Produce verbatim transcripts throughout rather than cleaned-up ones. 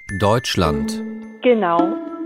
Deutschland. Genau.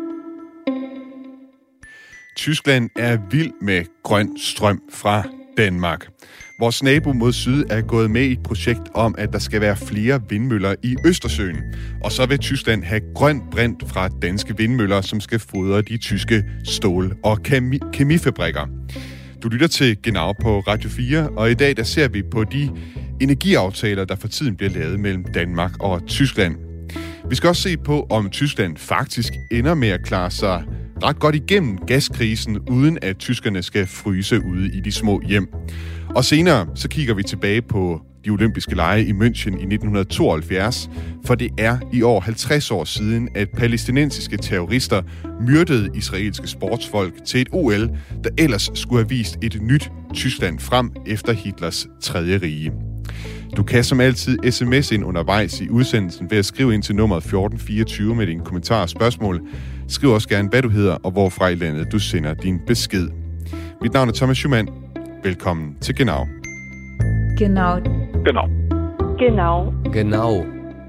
Tyskland er vild med grøn strøm fra Danmark. Vores nabo mod syd er gået med i et projekt om, at der skal være flere vindmøller i Østersøen. Og så vil Tyskland have grøn brint fra danske vindmøller, som skal fodre de tyske stål- og kemi- kemifabrikker. Du lytter til Genau på Radio fire, og i dag der ser vi på de energiaftaler, der for tiden bliver lavet mellem Danmark og Tyskland. Vi skal også se på, om Tyskland faktisk ender med at klare sig ret godt igennem gaskrisen, uden at tyskerne skal fryse ude i de små hjem. Og senere så kigger vi tilbage på de olympiske lege i München i nitten tooghalvfjerds, for det er i år halvtreds år siden, at palæstinensiske terrorister myrdede israelske sportsfolk til et O L, der ellers skulle have vist et nyt Tyskland frem efter Hitlers tredje rige. Du kan som altid sms ind undervejs i udsendelsen ved at skrive ind til nummeret fjorten fireogtyve med dine kommentarer og spørgsmål. Skriv også gerne, hvad du hedder og hvorfra i landet du sender din besked. Mit navn er Thomas Schumann. Velkommen til Genau. Genau. Genau. Genau. Genau.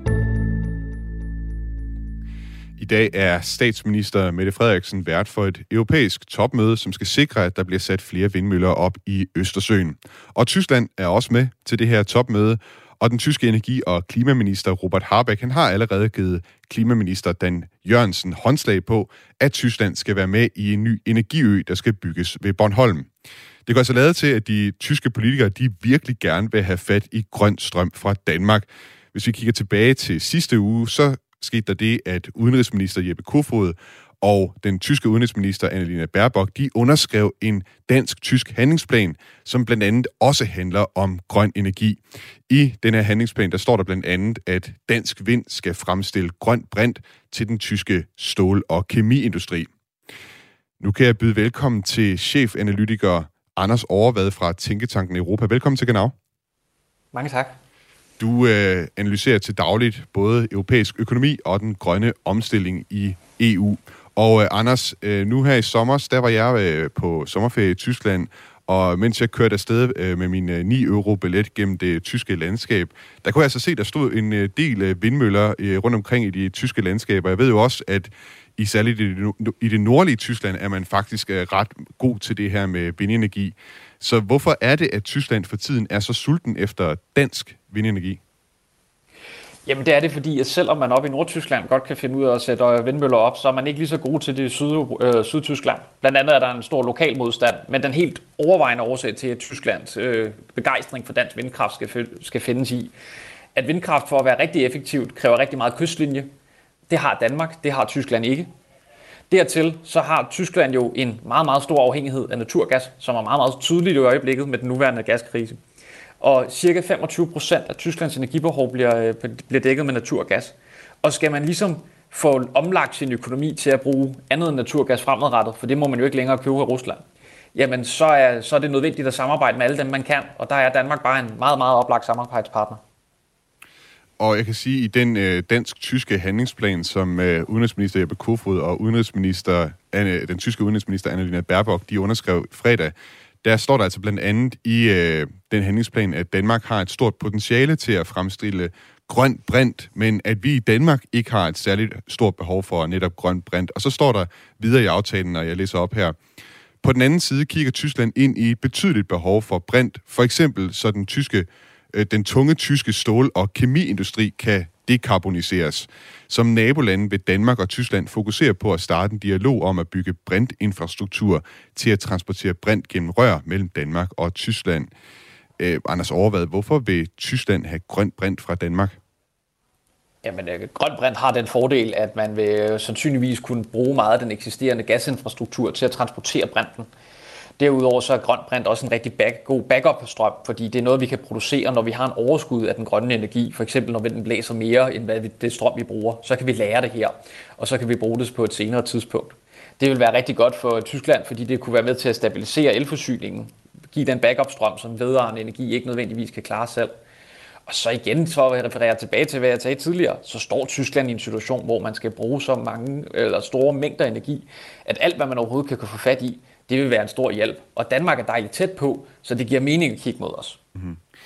I dag er statsminister Mette Frederiksen vært for et europæisk topmøde, som skal sikre, at der bliver sat flere vindmøller op i Østersøen. Og Tyskland er også med til det her topmøde, og den tyske energi- og klimaminister Robert Habeck, han har allerede givet klimaminister Dan Jørgensen håndslag på, at Tyskland skal være med i en ny energiø, der skal bygges ved Bornholm. Det går så ladet til, at de tyske politikere, de virkelig gerne vil have fat i grøn strøm fra Danmark. Hvis vi kigger tilbage til sidste uge, så skete der det, at udenrigsminister Jeppe Kofod og den tyske udenrigsminister Annalena Baerbock, de underskrev en dansk-tysk handlingsplan, som blandt andet også handler om grøn energi. I den her handlingsplan, der står der blandt andet, at dansk vind skal fremstille grøn brint til den tyske stål- og kemiindustri. Nu kan jeg byde velkommen til chefanalytiker Anders Overvad fra Tænketanken Europa. Velkommen til Genau. Mange tak. Du øh, analyserer til dagligt både europæisk økonomi og den grønne omstilling i E U. Og øh, Anders, øh, nu her i sommer, der var jeg øh, på sommerferie i Tyskland, og mens jeg kørte afsted øh, med min øh, ni euro billet gennem det tyske landskab, der kunne jeg altså se, der stod en øh, del øh, vindmøller øh, rundt omkring i de tyske landskaber. Jeg ved jo også, at i særligt i det, i det nordlige Tyskland er man faktisk øh, ret god til det her med vindenergi. Så hvorfor er det, at Tyskland for tiden er så sulten efter dansk vindenergi? Jamen det er det, fordi at selvom man oppe i Nordtyskland godt kan finde ud af at sætte vindmøller op, så er man ikke lige så god til det i Syd, øh, Sydtyskland. Blandt andet er der en stor lokal modstand, men den helt overvejende årsag til, at Tysklands øh, begejstring for dansk vindkraft skal, skal findes i, at vindkraft for at være rigtig effektivt kræver rigtig meget kystlinje. Det har Danmark, det har Tyskland ikke. Dertil så har Tyskland jo en meget, meget stor afhængighed af naturgas, som er meget, meget tydeligt i øjeblikket med den nuværende gaskrise. Og cirka femogtyve procent af Tysklands energibehov bliver, bliver dækket med naturgas. Og skal man ligesom få omlagt sin økonomi til at bruge andet end naturgas fremadrettet, for det må man jo ikke længere købe af Rusland, jamen så er, så er det nødvendigt at samarbejde med alle dem, man kan. Og der er Danmark bare en meget, meget oplagt samarbejdspartner. Og jeg kan sige, at i den øh, dansk-tyske handlingsplan, som øh, udenrigsminister Jeppe Kofod og udenrigsminister, Anne, den tyske udenrigsminister Annalena Baerbock, de underskrev fredag, der står der altså blandt andet i øh, den handlingsplan, at Danmark har et stort potentiale til at fremstille grøn brint, men at vi i Danmark ikke har et særligt stort behov for netop grøn brint. Og så står der videre i aftalen, og jeg læser op her. På den anden side kigger Tyskland ind i et betydeligt behov for brint, for eksempel så den tyske den tunge tyske stål- og kemiindustri kan dekarboniseres. Som nabolande vil Danmark og Tyskland fokusere på at starte en dialog om at bygge brintinfrastruktur til at transportere brint gennem rør mellem Danmark og Tyskland. Øh, Anders Overvad, hvorfor vil Tyskland have grønt brint fra Danmark? Jamen, grøn brint har den fordel, at man vil sandsynligvis kunne bruge meget af den eksisterende gasinfrastruktur til at transportere brinten. Derudover så er grøn brint også en rigtig back, god backup-strøm, fordi det er noget, vi kan producere, når vi har en overskud af den grønne energi. For eksempel når vinden blæser mere, end hvad vi, det strøm, vi bruger. Så kan vi lære det her, og så kan vi bruge det på et senere tidspunkt. Det vil være rigtig godt for Tyskland, fordi det kunne være med til at stabilisere elforsyningen. Give den backup-strøm, som vedvarende energi ikke nødvendigvis kan klare selv. Og så igen, så at referere tilbage til, hvad jeg sagde tidligere, så står Tyskland i en situation, hvor man skal bruge så mange eller store mængder energi, at alt, hvad man overhovedet kan få fat i, det vil være en stor hjælp. Og Danmark er dejligt tæt på, så det giver mening at kigge mod os. Mm-hmm.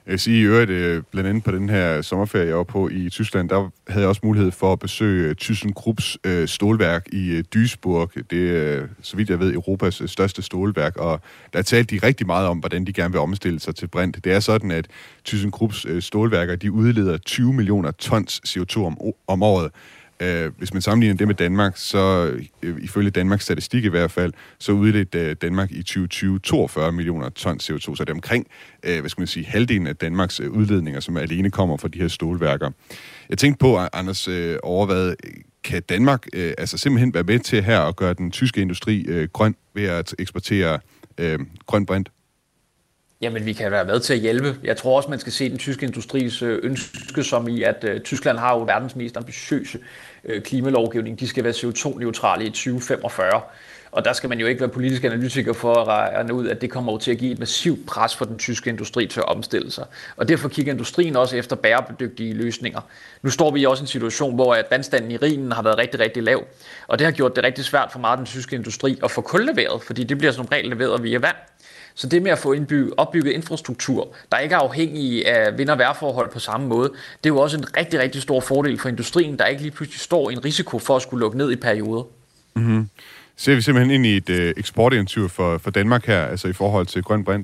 Jeg vil sige i øvrigt, blandt andet på den her sommerferie, jeg var på i Tyskland, der havde jeg også mulighed for at besøge ThyssenKrupps øh, stålværk i øh, Duisburg. Det er, så vidt jeg ved, Europas øh, største stålværk, og der talte de rigtig meget om, hvordan de gerne vil omstille sig til brint. Det er sådan, at ThyssenKrupps øh, stålværker, de udleder tyve millioner tons C O to om, om året. Uh, hvis man sammenligner det med Danmark, så uh, ifølge Danmarks statistik i hvert fald, så udledte uh, Danmark i tyve tyve toogfyrre millioner ton C O to, så det er omkring, uh, hvad skal man sige, halvdelen af Danmarks uh, udledninger, som alene kommer fra de her stålværker. Jeg tænkte på, Anders uh, Overvad, kan Danmark uh, altså simpelthen være med til her at gøre den tyske industri uh, grøn ved at eksportere uh, grøn brint? Jamen, vi kan være med til at hjælpe. Jeg tror også, man skal se den tyske industris ønske som i, at uh, Tyskland har jo verdens mest ambitiøse uh, klimalovgivning. De skal være C O to neutrale i tyve femogfyrre. Og der skal man jo ikke være politisk analytiker for at regne ud, at det kommer til at give et massivt pres for den tyske industri til at omstille sig. Og derfor kigger industrien også efter bæredygtige løsninger. Nu står vi også i en situation, hvor vandstanden i Rhinen har været rigtig, rigtig lav. Og det har gjort det rigtig svært for meget af den tyske industri at få kul leveret, fordi det bliver som regel leveret via vand. Så det med at få indbygget, opbygget infrastruktur, der ikke er afhængig af vind- og vejrforhold på samme måde, det er jo også en rigtig, rigtig stor fordel for industrien, der ikke lige pludselig står i en risiko for at skulle lukke ned i perioder. Mm-hmm. Ser vi simpelthen ind i et øh, eksporteventyr for, for Danmark her, altså i forhold til grøn brint?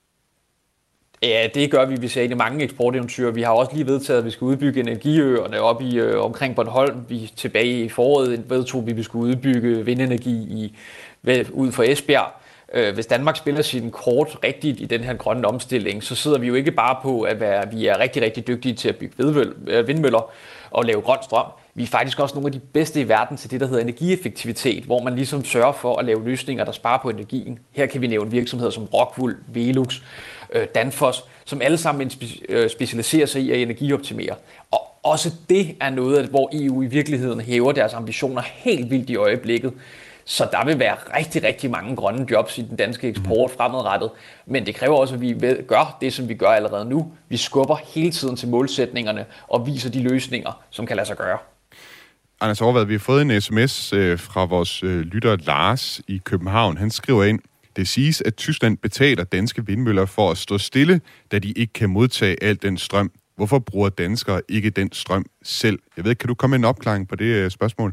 Ja, det gør vi. Vi ser ind i mange eksporteventyr. Vi har også lige vedtaget, at vi skal udbygge energiøerne op i øh, omkring Bornholm. Vi tilbage i foråret vedtog vi, at vi skulle udbygge vindenergi i, ved, ud for Esbjerg. Hvis Danmark spiller sin kort rigtigt i den her grønne omstilling, så sidder vi jo ikke bare på, at være, vi er rigtig, rigtig dygtige til at bygge vindmøller og lave grøn strøm. Vi er faktisk også nogle af de bedste i verden til det, der hedder energieffektivitet, hvor man ligesom sørger for at lave løsninger, der sparer på energien. Her kan vi nævne virksomheder som Rockwool, Velux, Danfoss, som alle sammen specialiserer sig i at energioptimere. Og også det er noget, hvor E U i virkeligheden hæver deres ambitioner helt vildt i øjeblikket. Så der vil være rigtig, rigtig mange grønne jobs i den danske eksport fremadrettet. Men det kræver også, at vi gør det, som vi gør allerede nu. Vi skubber hele tiden til målsætningerne og viser de løsninger, som kan lade sig gøre. Anders Overvad, vi har fået en sms øh, fra vores øh, lytter Lars i København. Han skriver ind: det siges, at Tyskland betaler danske vindmøller for at stå stille, da de ikke kan modtage al den strøm. Hvorfor bruger danskere ikke den strøm selv? Jeg ved, kan du komme med en opklaring på det øh, spørgsmål?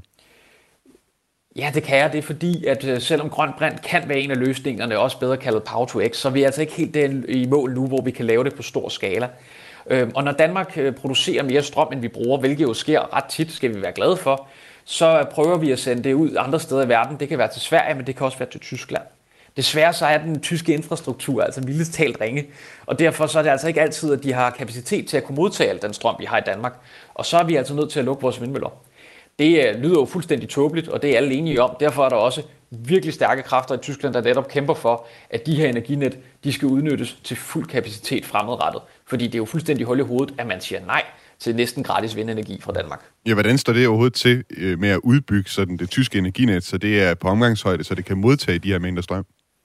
Ja, det kan jeg. Det er fordi, at selvom grøn brint kan være en af løsningerne, også bedre kaldet Power to X, så er vi altså ikke helt der i mål nu, hvor vi kan lave det på stor skala. Og når Danmark producerer mere strøm, end vi bruger, hvilket jo sker ret tit, skal vi være glade for, så prøver vi at sende det ud andre steder i verden. Det kan være til Sverige, men det kan også være til Tyskland. Desværre så er den tyske infrastruktur altså mildest talt ringe, og derfor så er det altså ikke altid, at de har kapacitet til at kunne modtage al den strøm, vi har i Danmark. Og så er vi altså nødt til at lukke vores vindmøller. Det lyder jo fuldstændig tåbeligt, og det er alle enige om. Derfor er der også virkelig stærke kræfter i Tyskland, der netop kæmper for, at de her energinet, de skal udnyttes til fuld kapacitet fremadrettet. Fordi det er jo fuldstændig hul i hovedet, at man siger nej til næsten gratis vindenergi fra Danmark. Ja, hvordan står det overhovedet til med at udbygge sådan det tyske energinet, så det er på omgangshøjde, så det kan modtage de her mængder strøm?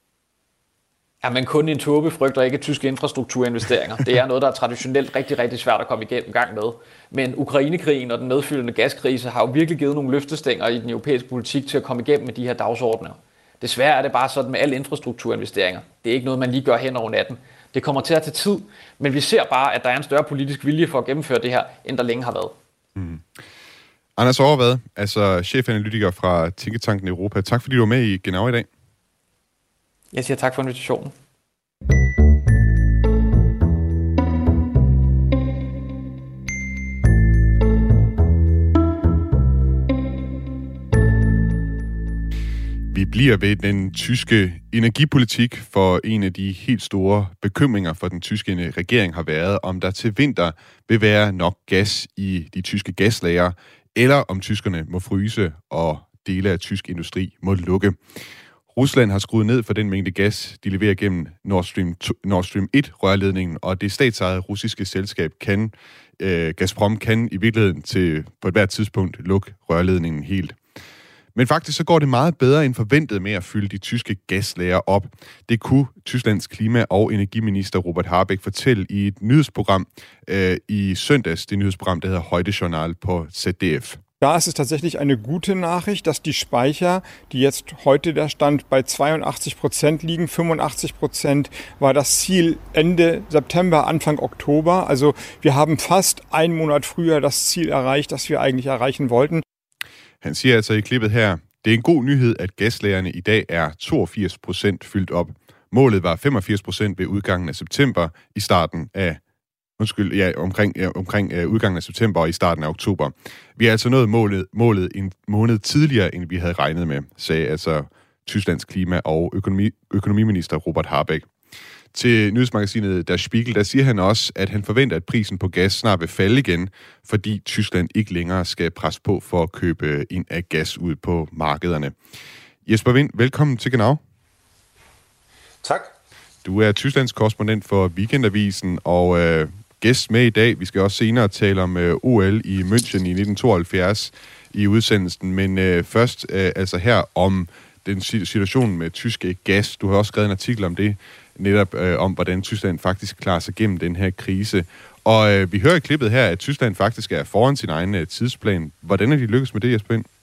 Ja, men kun en tåbe frygter ikke tyske infrastrukturinvesteringer. Det er noget, der er traditionelt rigtig, rigtig svært at komme igennem gang med. Men Ukrainekrigen og den medfølgende gaskrise har jo virkelig givet nogle løftestænger i den europæiske politik til at komme igennem med de her dagsordner. Desværre er det bare sådan med alle infrastrukturinvesteringer. Det er ikke noget, man lige gør hen over natten. Det kommer til at tage tid, men vi ser bare, at der er en større politisk vilje for at gennemføre det her, end der længe har været. Mm. Anders Overvad, altså chefanalytiker fra Tænketanken Europa. Tak fordi du var med i Genau i dag. Jeg siger tak for invitationen. Vi bliver ved den tyske energipolitik, for en af de helt store bekymringer for den tyske regering har været, om der til vinter vil være nok gas i de tyske gaslager, eller om tyskerne må fryse, og dele af tysk industri må lukke. Rusland har skruet ned for den mængde gas, de leverer gennem Nord Stream, Nord Stream et-rørledningen, og det statsejede russiske selskab kan, øh, Gazprom kan i virkeligheden til på et hvert tidspunkt lukke rørledningen helt. Men faktisk så går det meget bedre end forventet med at fylde de tyske gaslager op. Det kunne Tysklands klima- og energiminister Robert Habeck fortælle i et nyhedsprogram øh, i søndags, det nyhedsprogram, der hedder Heute Journal på Z D F. Da ist es tatsächlich eine gute Nachricht, dass die Speicher, die jetzt heute der Stand bei zweiundachtzig Prozent liegen, fünfundachtzig Prozent war das Ziel Ende September, Anfang Oktober. Also wir haben fast einen Monat früher das Ziel erreicht, das vi egentlig erreichen wollten. Han siger altså i klippet her, det er en god nyhed, at gaslagerne i dag er toogfirs procent fyldt op. Målet var femogfirs procent ved udgangen af september i starten af Undskyld, ja, omkring, ja, omkring uh, udgangen af september og i starten af oktober. Vi har altså nået målet, målet en måned tidligere, end vi havde regnet med, sagde altså Tysklands klima- og økonomi, økonomiminister Robert Habeck. Til nyhedsmagasinet Der Spiegel, der siger han også, at han forventer, at prisen på gas snart vil falde igen, fordi Tyskland ikke længere skal presse på for at købe ind af gas ud på markederne. Jesper Wind, velkommen til Genau. Tak. Du er Tysklands korrespondent for Weekendavisen, og øh, gæst med i dag. Vi skal også senere tale om øh, O L i München i nitten tooghalvfjerds i udsendelsen, men øh, først øh, altså her om den situation med tysk gas. Du har også skrevet en artikel om det, netop øh, om, hvordan Tyskland faktisk klarer sig gennem den her krise. Og øh, vi hører i klippet her, at Tyskland faktisk er foran sin egen øh, tidsplan. Hvordan er de lykkes med det, Jesper Wind?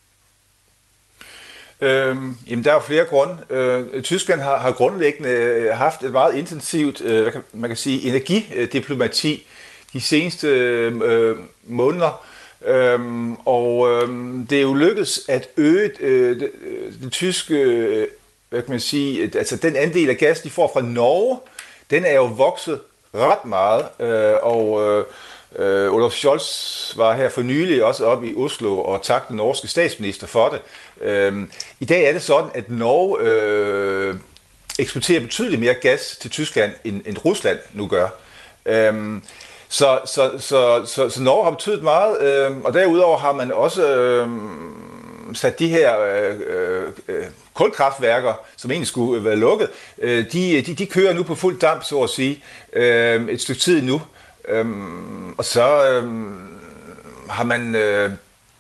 Øhm, jamen, der er jo flere grunde. Øh, Tyskland har, har grundlæggende haft et meget intensivt, øh, hvad kan, man kan sige, energidiplomati de seneste øh, måneder. Øhm, og øh, det er jo lykkedes at øge øh, det, det tyske, øh, hvad kan man sige, altså den andel af gas, de får fra Norge, den er jo vokset ret meget, øh, og øh, Uh, Olaf Scholz var her for nylig også oppe i Oslo og takkede den norske statsminister for det. Uh, I dag er det sådan, at Norge uh, eksporterer betydeligt mere gas til Tyskland, end, end Rusland nu gør. Uh, så, så, så, så, så Norge har betydet meget, uh, og derudover har man også uh, sat de her uh, uh, kulkraftværker, som egentlig skulle være lukket, uh, de, de, de kører nu på fuld damp, så at sige, uh, et stykke tid nu. Øhm, og så øhm, har man, øh,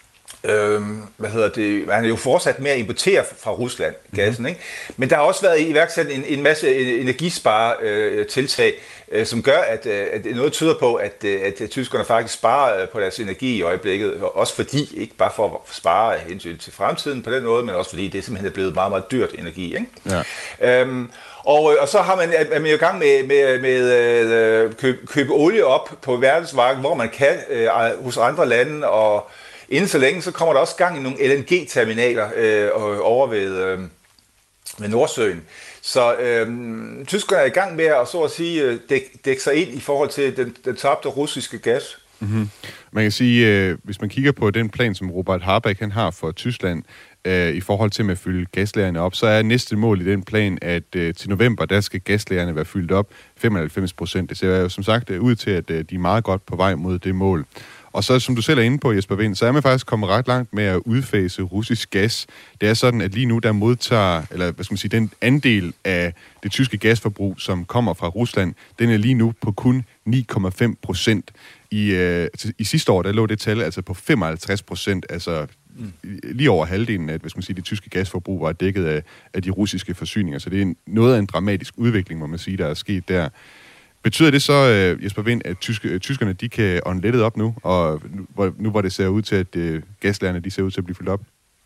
øh, hvad hedder det, man er jo fortsat med at importere fra Rusland gassen, ikke? Men der har også været iværksat en, en masse energisparetiltag, øh, som gør, at, at noget tyder på, at, at, at tyskerne faktisk sparer på deres energi i øjeblikket, også fordi, ikke bare for at spare af hensyn til fremtiden på den måde, men også fordi det simpelthen er blevet meget, meget dyrt energi, ikke? Ja. Øhm, Og, og så har man, er man jo i gang med, med, med at købe, købe olie op på verdensmarkedet, hvor man kan øh, hos andre lande, og inden så længe, så kommer der også gang i nogle L N G-terminaler øh, over ved, øh, ved Nordsøen. Så øh, tyskerne er i gang med at, så at sige, dække, dække sig ind i forhold til den, den tabte russiske gas. Mm-hmm. Man kan sige, øh, hvis man kigger på den plan, som Robert Habeck han har for Tyskland, øh, i forhold til med at fylde gaslagerne op, så er næste mål i den plan, at øh, til november, der skal gaslagerne være fyldt op femoghalvfems procent. Det ser jo som sagt ud til, at øh, de er meget godt på vej mod det mål. Og så, som du selv er inde på, Jesper Wind, så er man faktisk kommet ret langt med at udfase russisk gas. Det er sådan, at lige nu, der modtager, eller hvad skal man sige, den andel af det tyske gasforbrug, som kommer fra Rusland, den er lige nu på kun ni komma fem procent. I, øh, I sidste år, der lå det tal altså på femoghalvtreds procent, altså mm. lige over halvdelen af, hvad skal man sige, det tyske gasforbrug var dækket af, af de russiske forsyninger. Så det er noget af en dramatisk udvikling, må man sige, der er sket der. Betyder det så, Jesper Wind, at tyske, tyskerne de kan ånde lettet op nu, og nu, nu hvor det ser ud til, at uh, gaslagerne de ser ud til at blive fyldt op?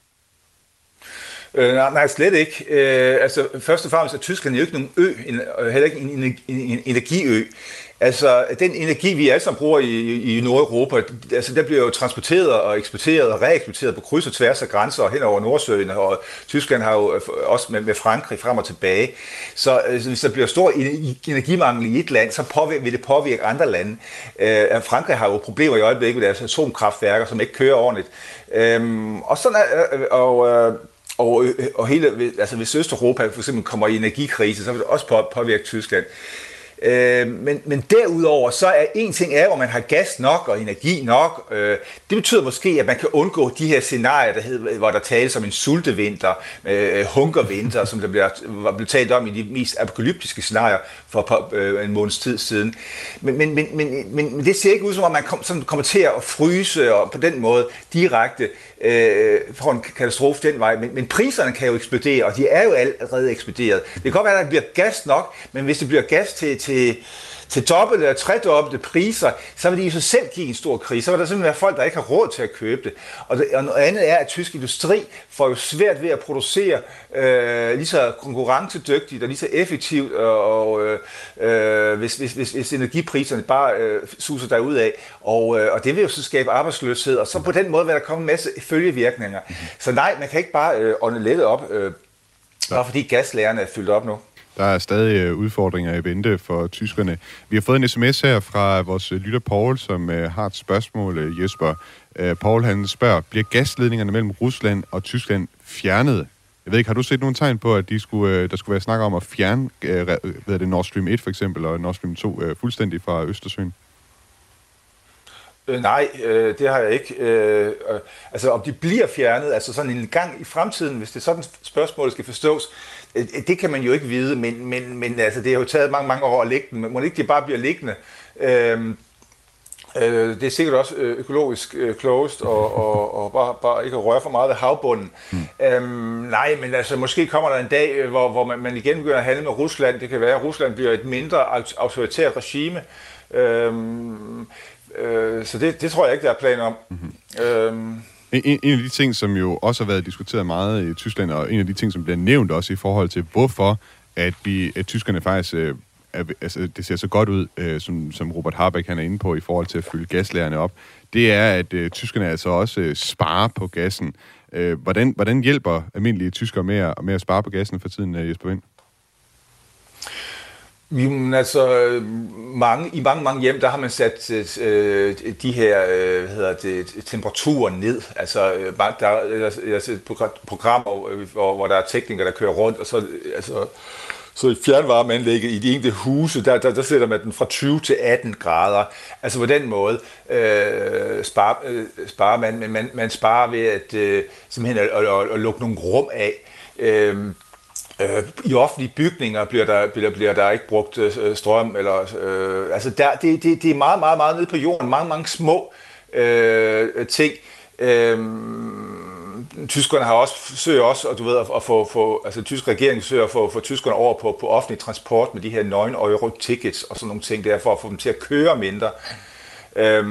Øh, nej, slet ikke. Øh, altså, først og fremmest er Tyskland jo ikke nogen ø, en, heller ikke en, en, en energiø. Altså, den energi, vi alle sammen bruger i, i Nordeuropa, altså, der bliver jo transporteret og eksporteret og reeksporteret på kryds og tværs af grænser og hen over Nordsøen, og Tyskland har jo også med, med Frankrig frem og tilbage. Så altså, hvis der bliver stor energimangel i et land, så påvirker, vil det påvirke andre lande. Øh, Frankrig har jo problemer i øjeblikket med deres atomkraftværker, som ikke kører ordentligt. Øh, og sådan er, og, og, og hele, altså hvis Østeuropa for eksempel kommer i energikrise, så vil det også påvirke Tyskland. Øh, men, men derudover, så er en ting af, hvor man har gas nok og energi nok. Øh, det betyder måske, at man kan undgå de her scenarier, der hedder, hvor der tales om en sultevinter, øh, hungervinter, som der bliver, var blevet talt om i de mest apokalyptiske scenarier for øh, en måneds tid siden. Men, men, men, men, men det ser ikke ud som om, man kom, sådan kommer til at fryse og på den måde direkte øh, for en katastrofe den vej. Men, men priserne kan jo eksplodere, og de er jo allerede eksploderet. Det kan godt være, at der bliver gas nok, men hvis det bliver gas til, til til, til dobbelt eller tredobbelte priser, så vil de i sig selv give en stor krise. Så vil der simpelthen være folk, der ikke har råd til at købe det. Og, det, og noget andet er, at tysk industri får jo svært ved at producere øh, lige så konkurrencedygtigt og lige så effektivt, og øh, hvis, hvis, hvis, hvis energipriserne bare øh, suser derudad. Og, øh, og det vil jo så skabe arbejdsløshed, og så på den måde vil der komme en masse følgevirkninger. Så nej, man kan ikke bare øh, ånde lettet op, øh, bare fordi gaslagerne er fyldt op nu. Der er stadig udfordringer i vente for tyskerne. Vi har fået en sms her fra vores lytter Paul, som uh, har et spørgsmål, Jesper. Uh, Paul, han spørger, bliver gasledningerne mellem Rusland og Tyskland fjernet? Jeg ved ikke, har du set nogle tegn på, at de skulle, uh, der skulle være snak om at fjerne uh, hvad er det, Nord Stream et for eksempel, og Nord Stream to uh, fuldstændig fra Østersøen? Øh, nej, øh, det har jeg ikke. Øh, øh, altså, om de bliver fjernet, altså sådan en gang i fremtiden, hvis det er sådan et spørgsmål, skal forstås, øh, det kan man jo ikke vide, men, men, men altså, det har jo taget mange, mange år at lægge den, men må ikke de bare bliver liggende? Øh, øh, det er sikkert også økologisk øh, klogest, og, og, og bare, bare ikke at røre for meget ved havbunden. Mm. Øh, nej, men altså, måske kommer der en dag, hvor, hvor man, man igen begynder at handle med Rusland. Det kan være, at Rusland bliver et mindre autoritært regime. Øh, Så det, det tror jeg ikke, der er planer om. Mm-hmm. Øhm. En, en af de ting, som jo også har været diskuteret meget i Tyskland, og en af de ting, som bliver nævnt også i forhold til, hvorfor at, vi, at tyskerne faktisk, øh, er, altså, det ser så godt ud, øh, som, som Robert Habeck han er inde på, i forhold til at fylde gaslagerne op, det er, at øh, tyskerne altså også øh, sparer på gassen. Øh, hvordan, hvordan hjælper almindelige tyskere med at, med at spare på gassen for tiden, øh, Jesper Wind? Jamen, altså, mange, i mange, mange hjem, der har man sat øh, de her, øh, hvad hedder det, temperaturer ned. Altså, der er altså, programmer, hvor, hvor der er teknikere, der kører rundt, og så, altså, så i fjernvarmeanlægget i de enkelte huse, der, der, der sætter man den fra tyve til atten grader. Altså på den måde øh, sparer, øh, sparer man, men man, man sparer ved at øh, simpelthen at, at, at lukke nogle rum af. Øh, Øh, I offentlige bygninger bliver der, bliver, bliver der ikke brugt øh, strøm, eller, øh, altså der, det, det, det er meget, meget, meget nede på jorden, mange, mange små øh, ting. Øh, tyskerne har også, søger også, og du ved, at få, få altså tysk regering søger at få, få tyskerne over på, på offentlig transport med de her nul euro tickets og sådan nogle ting der, for at få dem til at køre mindre. Øh,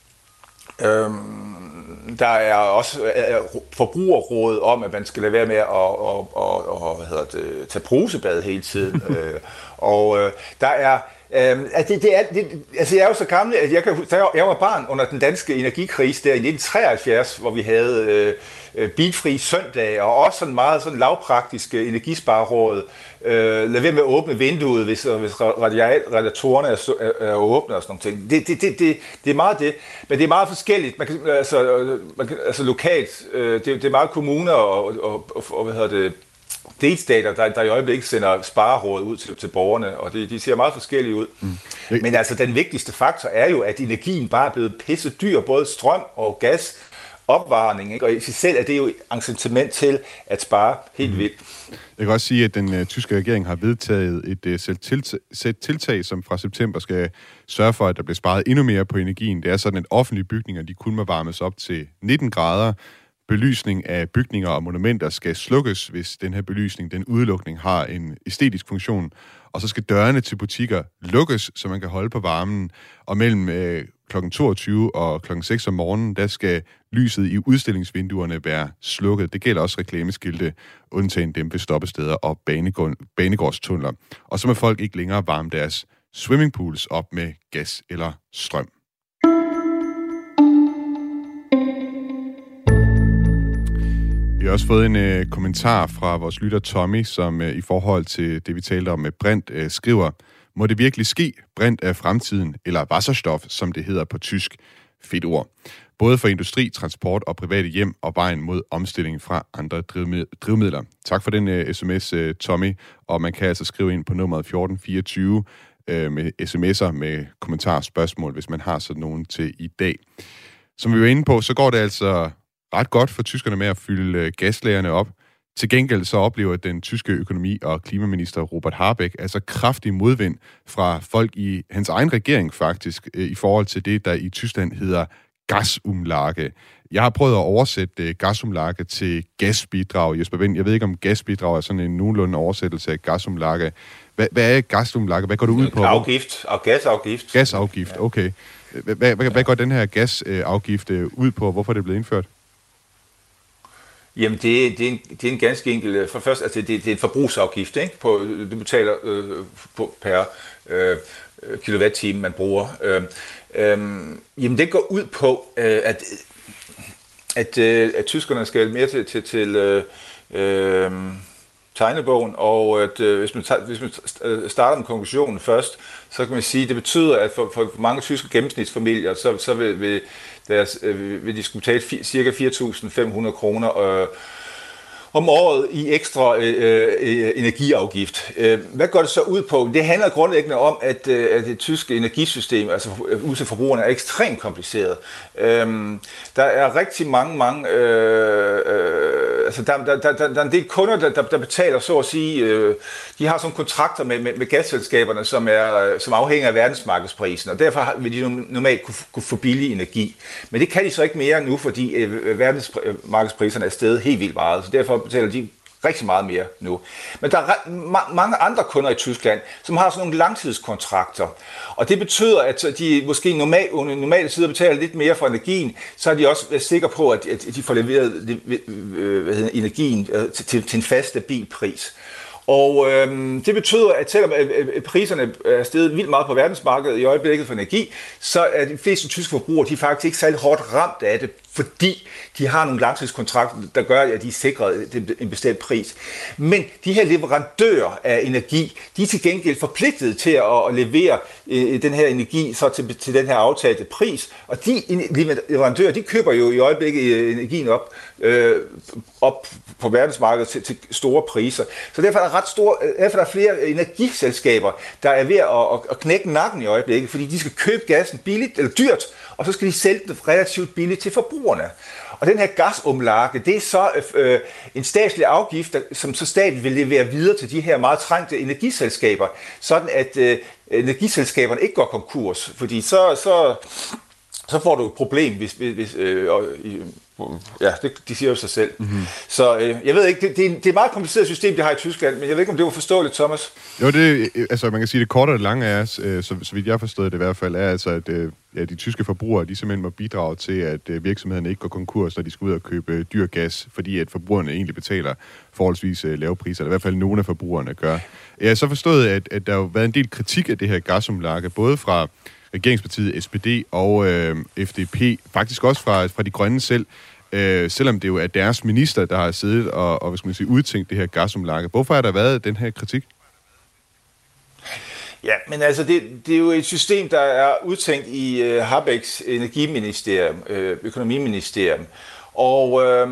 øh, Der er også forbrugerråd om, at man skal lade være med at og, og, og, hvad hedder det, tage brusebad hele tiden. øh, og øh, der er, øh, altså, det, det er, det, altså jeg er jo så gammel, at jeg, kan, jeg var barn under den danske energikrise der i nitten treoghalvfjerds, hvor vi havde øh, bilfri søndag, og også sådan meget sådan lavpraktiske energispareråd. Øh, lad være med at åbne vinduet, hvis, hvis radiatorerne er, er, er åbne og sådan nogle ting. Det, det, det, det, det er meget det, men det er meget forskelligt. Man kan, altså, man kan, altså lokalt, øh, det, det er meget kommuner og, og, og, og hvad hedder det, delstater, der, der i øjeblikket sender spareråd ud til, til borgerne, og det, de ser meget forskellige ud. Mm. Men altså, den vigtigste faktor er jo, at energien bare er blevet pisse dyr, både strøm og gas, opvarmning, ikke? Og i sig selv er det jo et incitament til at spare helt vildt. Jeg kan også sige, at den uh, tyske regering har vedtaget et uh, sæt tiltag, som fra september skal sørge for, at der bliver sparet endnu mere på energien. Det er sådan, at offentlige bygninger de kun må varmes op til nitten grader. Belysning af bygninger og monumenter skal slukkes, hvis den her belysning, den udelukning, har en æstetisk funktion. Og så skal dørene til butikker lukkes, så man kan holde på varmen. Og mellem øh, klokken toogtyve og klokken seks om morgenen, der skal lyset i udstillingsvinduerne være slukket. Det gælder også reklameskilte, undtagen dem ved stoppesteder og banegårdstunneler. Og så må folk ikke længere varme deres swimmingpools op med gas eller strøm. Vi har også fået en øh, kommentar fra vores lytter Tommy, som øh, i forhold til det, vi talte om med brint, øh, skriver: Må det virkelig ske? Brint er fremtiden, eller Wasserstoff, som det hedder på tysk. Fedt ord. Både for industri, transport og private hjem og vejen mod omstilling fra andre drivmidler. Tak for den øh, sms, øh, Tommy. Og man kan altså skrive ind på nummeret fjorten fireogtyve øh, med sms'er med kommentarer og spørgsmål, hvis man har sådan nogen til i dag. Som vi var inde på, så går det altså ret godt for tyskerne med at fylde gaslagerne op. Til gengæld så oplever den tyske økonomi- og klimaminister Robert Habeck altså kraftig modvind fra folk i hans egen regering faktisk, i forhold til det, der i Tyskland hedder Gasumlage. Jeg har prøvet at oversætte gasumlage til gasbidrag. Jesper Wind, jeg ved ikke, om gasbidrag er sådan en nogenlunde oversættelse af gasumlage. Hvad, hvad er gasumlage? Hvad går det ud på? Afgift og gasafgift. Gasafgift, okay. Hvad, hvad, hvad går den her gasafgift ud på? Hvorfor er det blevet indført? Jamen, det, det, er en, det er en ganske enkel... For først, altså, det, det er en forbrugsafgift, ikke? På, du betaler øh, på, per øh, kilowatt-time, man bruger. Øh, øh, jamen, det går ud på, øh, at, at, øh, at tyskerne skal mere til, til, til øh, øh, tegnebogen, og at øh, hvis, man tager, hvis man starter med konklusionen først, så kan man sige, at det betyder, at for, for mange tyske gennemsnitsfamilier, så, så vil, vil, deres, øh, vil de skulle betale ca. fire tusind fem hundrede kroner øh, om året i ekstra øh, øh, energiafgift. Hvad går det så ud på? Det handler grundlæggende om, at, øh, at det tyske energisystem, altså ud til forbrugerne, er ekstremt kompliceret. Øhm, der er rigtig mange, mange øh, øh, altså der, der, der, der er en del kunder, der, der betaler, så at sige, øh, de har sådan kontrakter med, med, med gasselskaberne, som, er, som afhænger af verdensmarkedsprisen, og derfor vil de normalt kunne, kunne få billig energi. Men det kan de så ikke mere nu, fordi øh, verdensmarkedspriserne er steget helt vildt meget, så derfor betaler de rigtig meget mere nu. Men der er ma- mange andre kunder i Tyskland, som har sådan nogle langtidskontrakter. Og det betyder, at de måske normalt, under normale sider betaler lidt mere for energien, så er de også sikre på, at de får leveret hvad hedder, energien til, til, til en fast, stabil pris. Og øhm, det betyder, at selvom at priserne er steget vildt meget på verdensmarkedet i øjeblikket for energi, så er de fleste tyske forbrugere, de er faktisk ikke særlig hårdt ramt af det, fordi de har nogle langtidskontrakter, der gør, at de er sikret en bestemt pris. Men de her leverandører af energi, de er til gengæld forpligtet til at, at levere øh, den her energi så til, til den her aftalte pris. Og de leverandører, de køber jo i øjeblikket energien op, øh, op på verdensmarkedet til, til store priser. Så derfor er der ret store, derfor er der flere energiselskaber, der er ved at, at knække nakken i øjeblikket, fordi de skal købe gassen billigt eller dyrt, og så skal de sælge den relativt billigt til forbrugerne. Og den her gasumlage, det er så øh, en statslig afgift, der, som så staten vil levere videre til de her meget trængte energiselskaber, sådan at øh, energiselskaberne ikke går konkurs, fordi så, så, så får du et problem, hvis... hvis øh, øh, ja, det, de siger jo sig selv. Mm-hmm. Så øh, jeg ved ikke, det, det, er, det er et meget kompliceret system, de har i Tyskland, men jeg ved ikke, om det var forståeligt, Thomas. Jo, det, altså man kan sige, det korte og det lange er, øh, så, så vidt jeg har forstået det i hvert fald, er altså, at øh, ja, de tyske forbrugere, de simpelthen må bidrage til, at øh, virksomhederne ikke går konkurs, når de skal ud og købe øh, dyr gas, fordi at forbrugerne egentlig betaler forholdsvis øh, lave priser, eller i hvert fald nogle af forbrugerne gør. Jeg har så forstået, at, at der har været en del kritik af det her gasumlage, både fra regeringspartiet S P D og øh, F D P, faktisk også fra, fra de grønne selv, øh, selvom det jo er deres minister, der har siddet og, og hvad skal man sige, udtænkt det her gasumlage. Hvorfor har der været den her kritik? Ja, men altså, det, det er jo et system, der er udtænkt i øh, Habecks energiministerium, øh, økonomiministerium, og øh,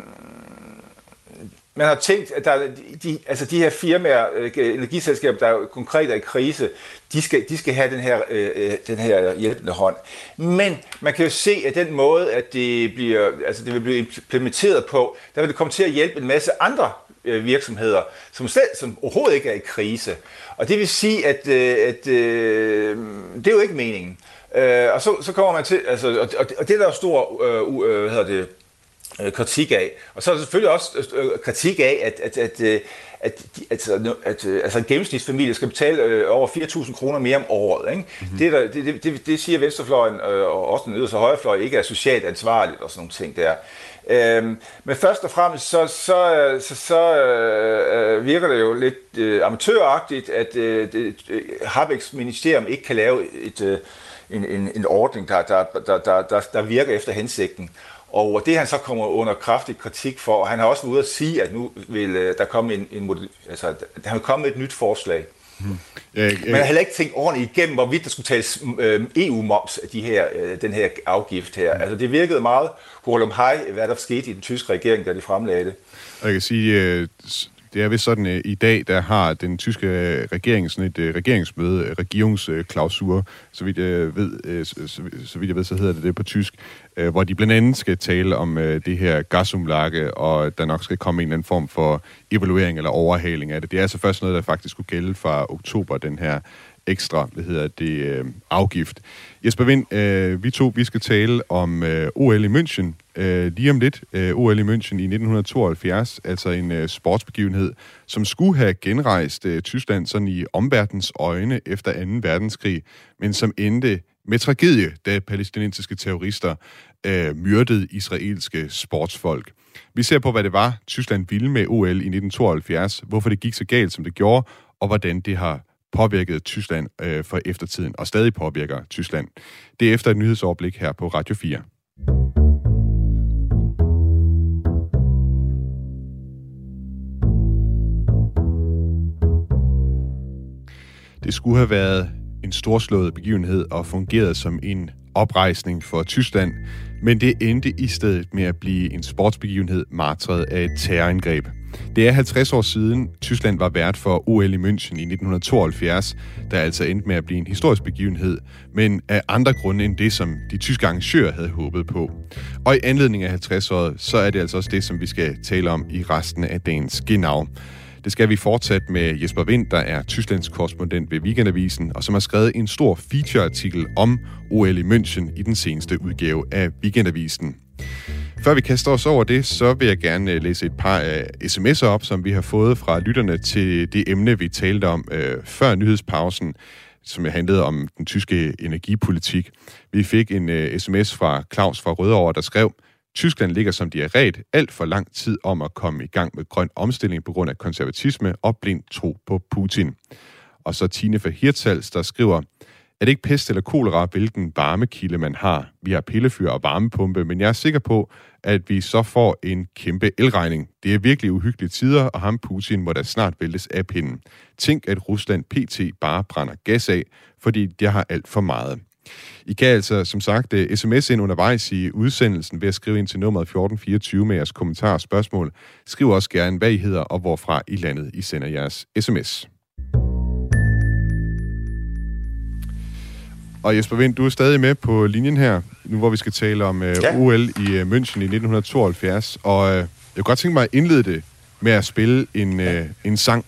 man har tænkt, at der, de, altså de her firmaer, øh, energiselskaber, der er konkret er i krise, de skal, de skal have den her, øh, den her hjælpende hånd. Men man kan jo se, at den måde, at det, bliver, altså det vil blive implementeret på, der vil det komme til at hjælpe en masse andre øh, virksomheder, som, selv, som overhovedet ikke er i krise. Og det vil sige, at, øh, at øh, det er jo ikke meningen. Øh, og så, så kommer man til, altså, og, og det er der jo stor, øh, hvad hedder det, kritik af. Og så er der selvfølgelig også kritik af, at, at, at, at, at, at, at altså en gennemsnitsfamilie skal betale over fire tusind kroner mere om året. Ikke? Mm-hmm. Det, der, det, det, det siger venstrefløjen og også den yderste højrefløj ikke er socialt ansvarligt og sådan nogle ting der. Øhm, men først og fremmest så, så, så, så øh, virker det jo lidt øh, amatøragtigt, at øh, det, Habecks ministerium ikke kan lave et, øh, en, en, en ordning, der, der, der, der, der, der virker efter hensigten. Og det han så kommer under kraftig kritik for, og han har også været ude at sige, at nu vil der komme en, en altså, han vil komme med et nyt forslag. Hmm. Ja, ja. Man har heller ikke tænkt ordentligt igennem, hvorvidt der skulle tales E U-moms af de her, den her afgift her. Hmm. Altså det virkede meget hurlumhej, hvad der skete i den tyske regering, da de fremlagde det. Og jeg kan sige, det er vist sådan, at i dag, der har den tyske regering sådan et regeringsmøde, regeringsklausur, så vidt jeg ved, så, så vidt jeg ved, så hedder det det på tysk, hvor de blandt andet skal tale om det her gasumlage, og der nok skal komme en eller anden form for evaluering eller overhaling af det. Det er altså først noget, der faktisk skulle gælde fra oktober, den her ekstra, hvad hedder det, afgift. Jesper Wind, vi to, vi skal tale om O L i München øh, lige om lidt, øh, O L i München i nitten tooghalvfjerds, altså en øh, sportsbegivenhed, som skulle have genrejst øh, Tyskland sådan i omverdens øjne efter anden verdenskrig, men som endte med tragedie, da palæstinensiske terrorister øh, myrdede israelske sportsfolk. Vi ser på, hvad det var, Tyskland ville med O L i nitten tooghalvfjerds, hvorfor det gik så galt, som det gjorde, og hvordan det har påvirket Tyskland øh, for eftertiden, og stadig påvirker Tyskland. Det er efter et nyhedsoverblik her på Radio fire. Det skulle have været en storslået begivenhed og fungeret som en oprejsning for Tyskland, men det endte i stedet med at blive en sportsbegivenhed martret af et terrorangreb. Det er halvtreds år siden, Tyskland var vært for O L i München i nitten tooghalvfjerds, der altså endte med at blive en historisk begivenhed, men af andre grunde end det, som de tyske arrangører havde håbet på. Og i anledning af halvtreds-året, så er det altså også det, som vi skal tale om i resten af dagens Genau. Det skal vi fortsat med Jesper Wind, der er Tysklands korrespondent ved Weekendavisen, og som har skrevet en stor featureartikel om O L i München i den seneste udgave af Weekendavisen. Før vi kaster os over det, så vil jeg gerne læse et par af sms'er op, som vi har fået fra lytterne til det emne, vi talte om øh, før nyhedspausen, som handlede om den tyske energipolitik. Vi fik en øh, sms fra Claus fra Rødovre, der skrev: Tyskland ligger som de er ret alt for lang tid om at komme i gang med grøn omstilling på grund af konservatisme og blind tro på Putin. Og så Tine fra Hirtshals, der skriver: Er det ikke pest eller kolera, hvilken varmekilde man har? Vi har pillefyr og varmepumpe, men jeg er sikker på, at vi så får en kæmpe elregning. Det er virkelig uhyggelige tider, og ham Putin må da snart væltes af pinden. Tænk, at Rusland pt. Bare brænder gas af, fordi jeg har alt for meget. I kan altså, som sagt, sms ind undervejs i udsendelsen ved at skrive ind til nummeret fjorten fireogtyve med jeres kommentarer og spørgsmål. Skriv også gerne, hvad I hedder og hvorfra i landet I sender jeres sms. Og Jesper Wind, du er stadig med på linjen her, nu hvor vi skal tale om uh, ja. O L i uh, München i nitten tooghalvfjerds. Og uh, jeg kunne godt tænke mig at indlede det med at spille en, uh, en sang.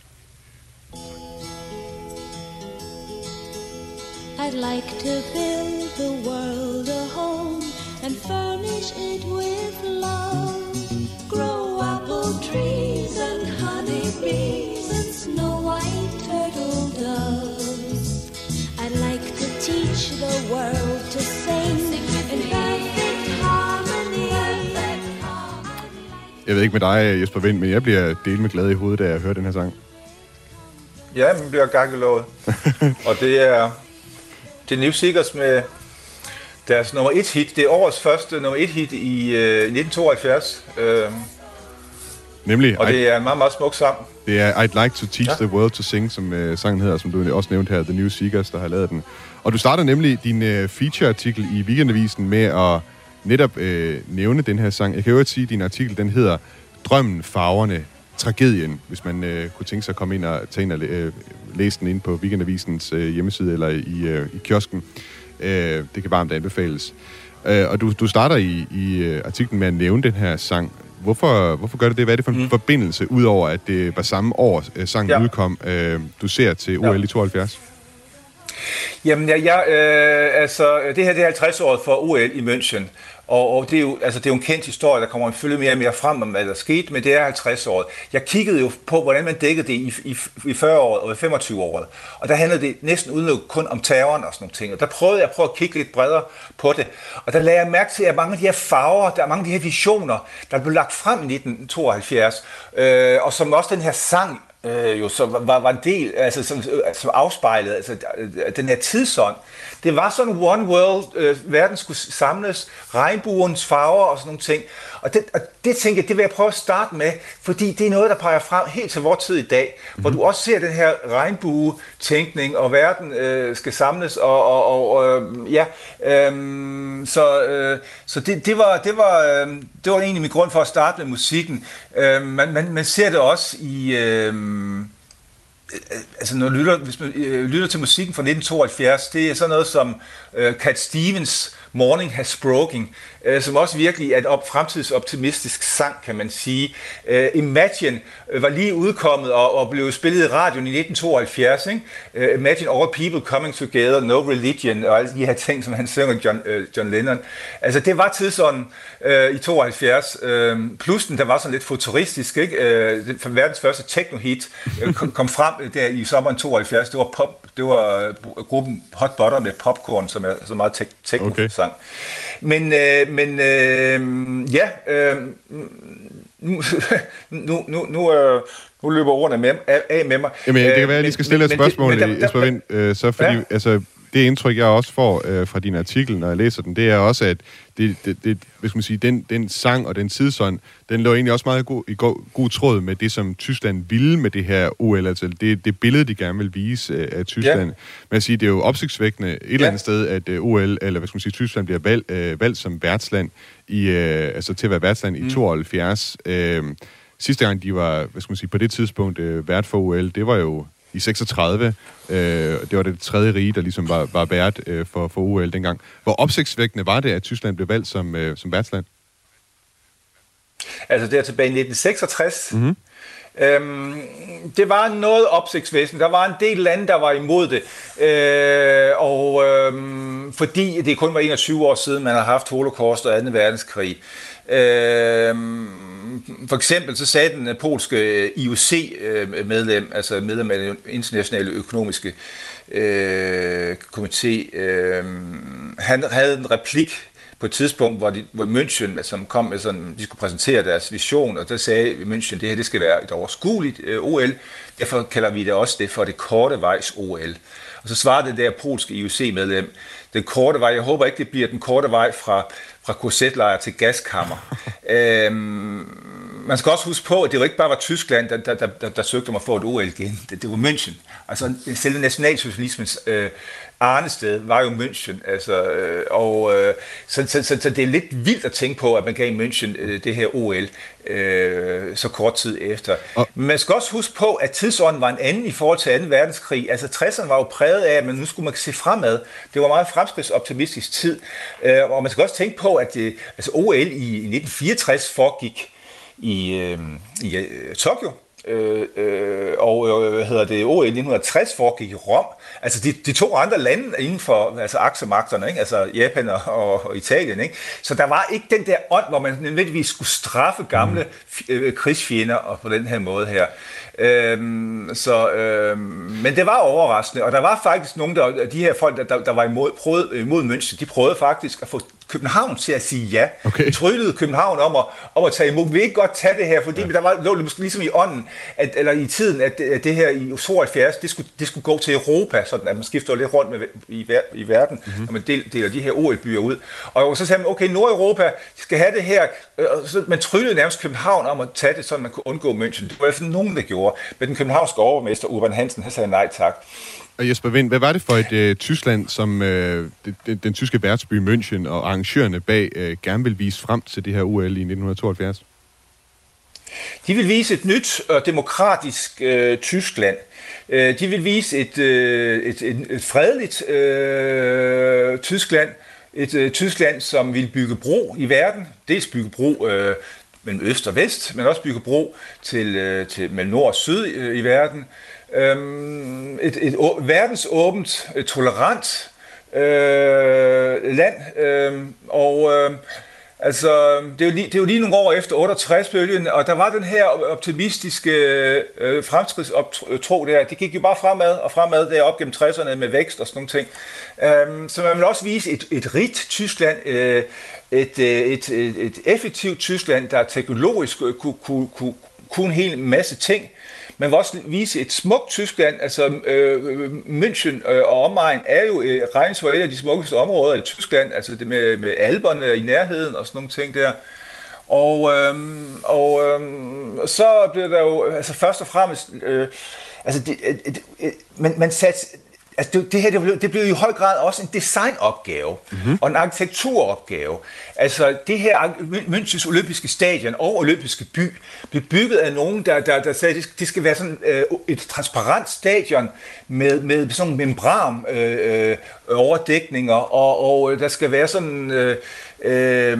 I'd like to build the world a home and furnish it with love. Grow apple trees and honey bees and snow white turtle doves. I'd like to teach the world to sing in perfect harmony. Jeg ved ikke med dig, Jesper Wind, men jeg bliver delt med glad i hovedet, da jeg hører den her sang. Ja, man bliver gakkelået. Og det er... Det er New Seekers med deres nummer et hit. Det er årets første nummer et hit i øh, nitten tooghalvfjerds. Øh, Nemlig. Og det er en meget, meget smuk sang. Det er I'd Like to Teach ja. the World to Sing, som øh, sangen hedder, som du også nævnte her, The New Seekers, der har lavet den. Og du starter nemlig din øh, feature-artikel i Weekendavisen med at netop øh, nævne den her sang. Jeg kan jo ikke sige, at din artikel den hedder Drømmen, farverne, tragedien, hvis man øh, kunne tænke sig at komme ind og tage ind og øh, læse den ind på Weekendavisens øh, hjemmeside eller i, øh, i kiosken. Øh, det kan varmt anbefales. Øh, og du, du starter i, i artiklen med at nævne den her sang. Hvorfor, hvorfor gør det det? Hvad er det for en mm. forbindelse, udover at det var samme år, øh, sangen ja. udkom, øh, du ser til O L ja. i tooghalvfjerds? Jamen, ja, ja, øh, altså, det her det er halvtreds-året for O L i München. Og, og det, er jo, altså, det er jo en kendt historie, der kommer følge mere og mere frem om, hvad der skete, men det er halvtreds-året. Jeg kiggede jo på, hvordan man dækkede det i, i, i fyrre-året og i femogtyve-året. Og der handlede det næsten udelukkende kun om terroren og sådan nogle ting. Og der prøvede jeg at prøve at kigge lidt bredere på det. Og der lagde jeg mærke til, at mange af de her farver, der er mange af de her visioner, der blev lagt frem i nitten tooghalvfjerds, øh, og som også den her sang, Øh, jo, så var, var en del, altså som, som afspejlede altså, den her tidsånd. Det var sådan one world, øh, verden skulle samles, regnbuens farver og sådan nogle ting. Og det, og det tænker jeg, det vil jeg prøve at starte med, fordi det er noget, der peger frem helt til vores tid i dag, mm-hmm. hvor du også ser den her regnbue-tænkning, og verden øh, skal samles, og, og, og øh, ja, øh, så, øh, så det, det, var, det, var, øh, det var egentlig min grund for at starte med musikken. Øh, man, man, man ser det også i... Øh, altså når lytter, hvis man øh, lytter til musikken fra nitten tooghalvfjerds, det er sådan noget som øh, Cat Stevens Morning Has Broken, øh, som også virkelig er et op, fremtidsoptimistisk sang, kan man sige. Øh, Imagine øh, var lige udkommet og, og blev spillet i radioen i nitten tooghalvfjerds. Ikke? Uh, Imagine All People Coming Together, No Religion, og alle de her ting, som han synger, John, øh, John Lennon. Altså, det var tidsånden øh, i tooghalvfjerds. Øh, pludselig, der var sådan lidt futuristisk, ikke? Øh, det, verdens første techno-hit øh, kom, kom frem der i sommeren tooghalvfjerds. Det var, pop, det var uh, gruppen Hot Butter med Popcorn, som er så meget te- techno-sang. Okay. Men, øh, men øh, ja, øh, nu, nu, nu, nu, øh, nu løber ordene med, af, af med mig. Jamen, det kan være, at jeg lige skal stille et spørgsmål, Jesper Wind. Øh, så fordi, ja. altså, det indtryk, jeg også får øh, fra din artikel, når jeg læser den, det er også, at det, det, det, hvad skal man sige, den, den sang og den tidsånd, den lå egentlig også meget god, i god, god tråd med det, som Tyskland ville med det her O L, altså det, det billede, de gerne vil vise øh, af Tyskland. Ja. Men jeg siger, det er jo opsigtsvækkende et ja. eller andet sted, at øh, O L, eller hvad skal man sige, Tyskland bliver valgt, øh, valgt som værtsland, i, øh, altså til at være værtsland mm. i tooghalvfjerds. Øh, sidste gang, de var, hvad skal man sige, på det tidspunkt øh, vært for O L, det var jo i seksogtredive. Øh, det var det tredje rige, der ligesom var, var vært øh, for, for O L dengang. Hvor opsigtsvækkende var det, at Tyskland blev valgt som, øh, som værtsland? Altså det er tilbage i nitten seksogtres. Mm-hmm. Øhm, det var noget opsigtsvækkende. Der var en del lande, der var imod det. Øh, og øhm, fordi det kun var enogtyve år siden, man har haft holocaust og anden verdenskrig. Øh, for eksempel så sagde den polske I O C-medlem, altså medlem af den internationale økonomiske øh, komité, øh, han havde en replik på et tidspunkt, hvor, de, hvor München, som kom med sådan, de skulle præsentere deres vision, og der sagde München, det her det skal være et overskueligt øh, O L, derfor kalder vi det også det for det korte vejs O L. Og så svarede det der polske I O C-medlem, den korte vej, jeg håber ikke, det bliver den korte vej fra, fra K Z-lejr til gaskammer. øhm, man skal også huske på, at det jo ikke bare var Tyskland, der, der, der, der, der søgte om at få et O L igen. Det, det var München. Altså selve nationalsocialismens øh, arnested var jo München. Altså, øh, og, øh, så, så, så, så det er lidt vildt at tænke på, at man gav München øh, det her O L øh, så kort tid efter. Og men man skal også huske på, at tidsånden var en anden i forhold til anden verdenskrig. Altså tresserne var jo præget af, at man nu skulle man se fremad. Det var meget fremskridtsoptimistisk tid. Øh, og man skal også tænke på, at det, altså O L i, i nitten fireogtres foregik i, øh, i øh, Tokyo. Øh, øh, og øh, hvad hedder det, O L i nitten tres foregik i Rom. Altså de, de to andre lande inden for altså aksemagterne, ikke? Altså Japan og, og Italien. Ikke? Så der var ikke den der ånd, hvor man nødvendigvis skulle straffe gamle øh, krigsfjender og på den her måde her. Øhm, så, øhm, men det var overraskende, og der var faktisk nogle der, de her folk, der, der var imod, prøvede, imod München, de prøvede faktisk at få København til at sige ja. Okay. De tryllede København om at, om at tage imod. Vi vil ikke godt tage det her, fordi ja. der var lå det måske ligesom i ånden, at, eller i tiden, at det, at det her i tooghalvfjerds, det skulle, det skulle gå til Europa, sådan at man skifter lidt rundt med, i, i verden, mm-hmm. når man del, deler de her O L-byer ud. Og så sagde man, okay, Nordeuropa skal have det her, og så man tryllede nærmest København om at tage det, så man kunne undgå München. Det var i hvert fald nogen, der gjorde. Men den københavnske overborgmester, Urban Hansen, han sagde nej tak. Og Jesper Wind, hvad var det for et øh, Tyskland, som øh, det, den, den tyske værtsby München og arrangørerne bag øh, gerne vil vise frem til det her O L i nitten tooghalvfjerds? De vil vise et nyt og demokratisk øh, Tyskland. Øh, de vil vise et, øh, et, et, et fredeligt øh, Tyskland. Et øh, Tyskland, som vil bygge bro i verden. Dels bygge bro øh, mellem øst og vest, men også bygge bro til, øh, til mellem nord og syd øh, i verden. Øhm, et, et, et verdensåbent, et tolerant øh, land, øh, og øh, altså, det er, jo lige, det er jo lige nogle år efter otteogtres-bølgen, og der var den her optimistiske øh, fremskridtstro der, det gik jo bare fremad og fremad derop gennem tresserne med vækst og sådan nogle ting. Øhm, så man vil også vise et, et rigt Tyskland, øh, et, et, et, et effektivt Tyskland, der teknologisk kunne, kunne, kunne, kunne en hel masse ting. Man vil også vise et smukt Tyskland, altså øh, München øh, og omegn er jo øh, regnes for et af de smukkeste områder i Tyskland, altså det med, med Alperne i nærheden og sådan nogle ting der. Og, øh, og øh, så blev der jo, altså først og fremmest, øh, altså det, øh, øh, man, man satte Altså det, det her det blev, det blev i høj grad også en designopgave mm-hmm. og en arkitekturopgave. Altså det her Münchens olympiske stadion og olympiske by blev bygget af nogen, der, der, der sagde, at det skal være sådan øh, et transparent stadion med, med sådan nogle membran øh, øh, overdækninger, og, og der skal være sådan... Øh, øh,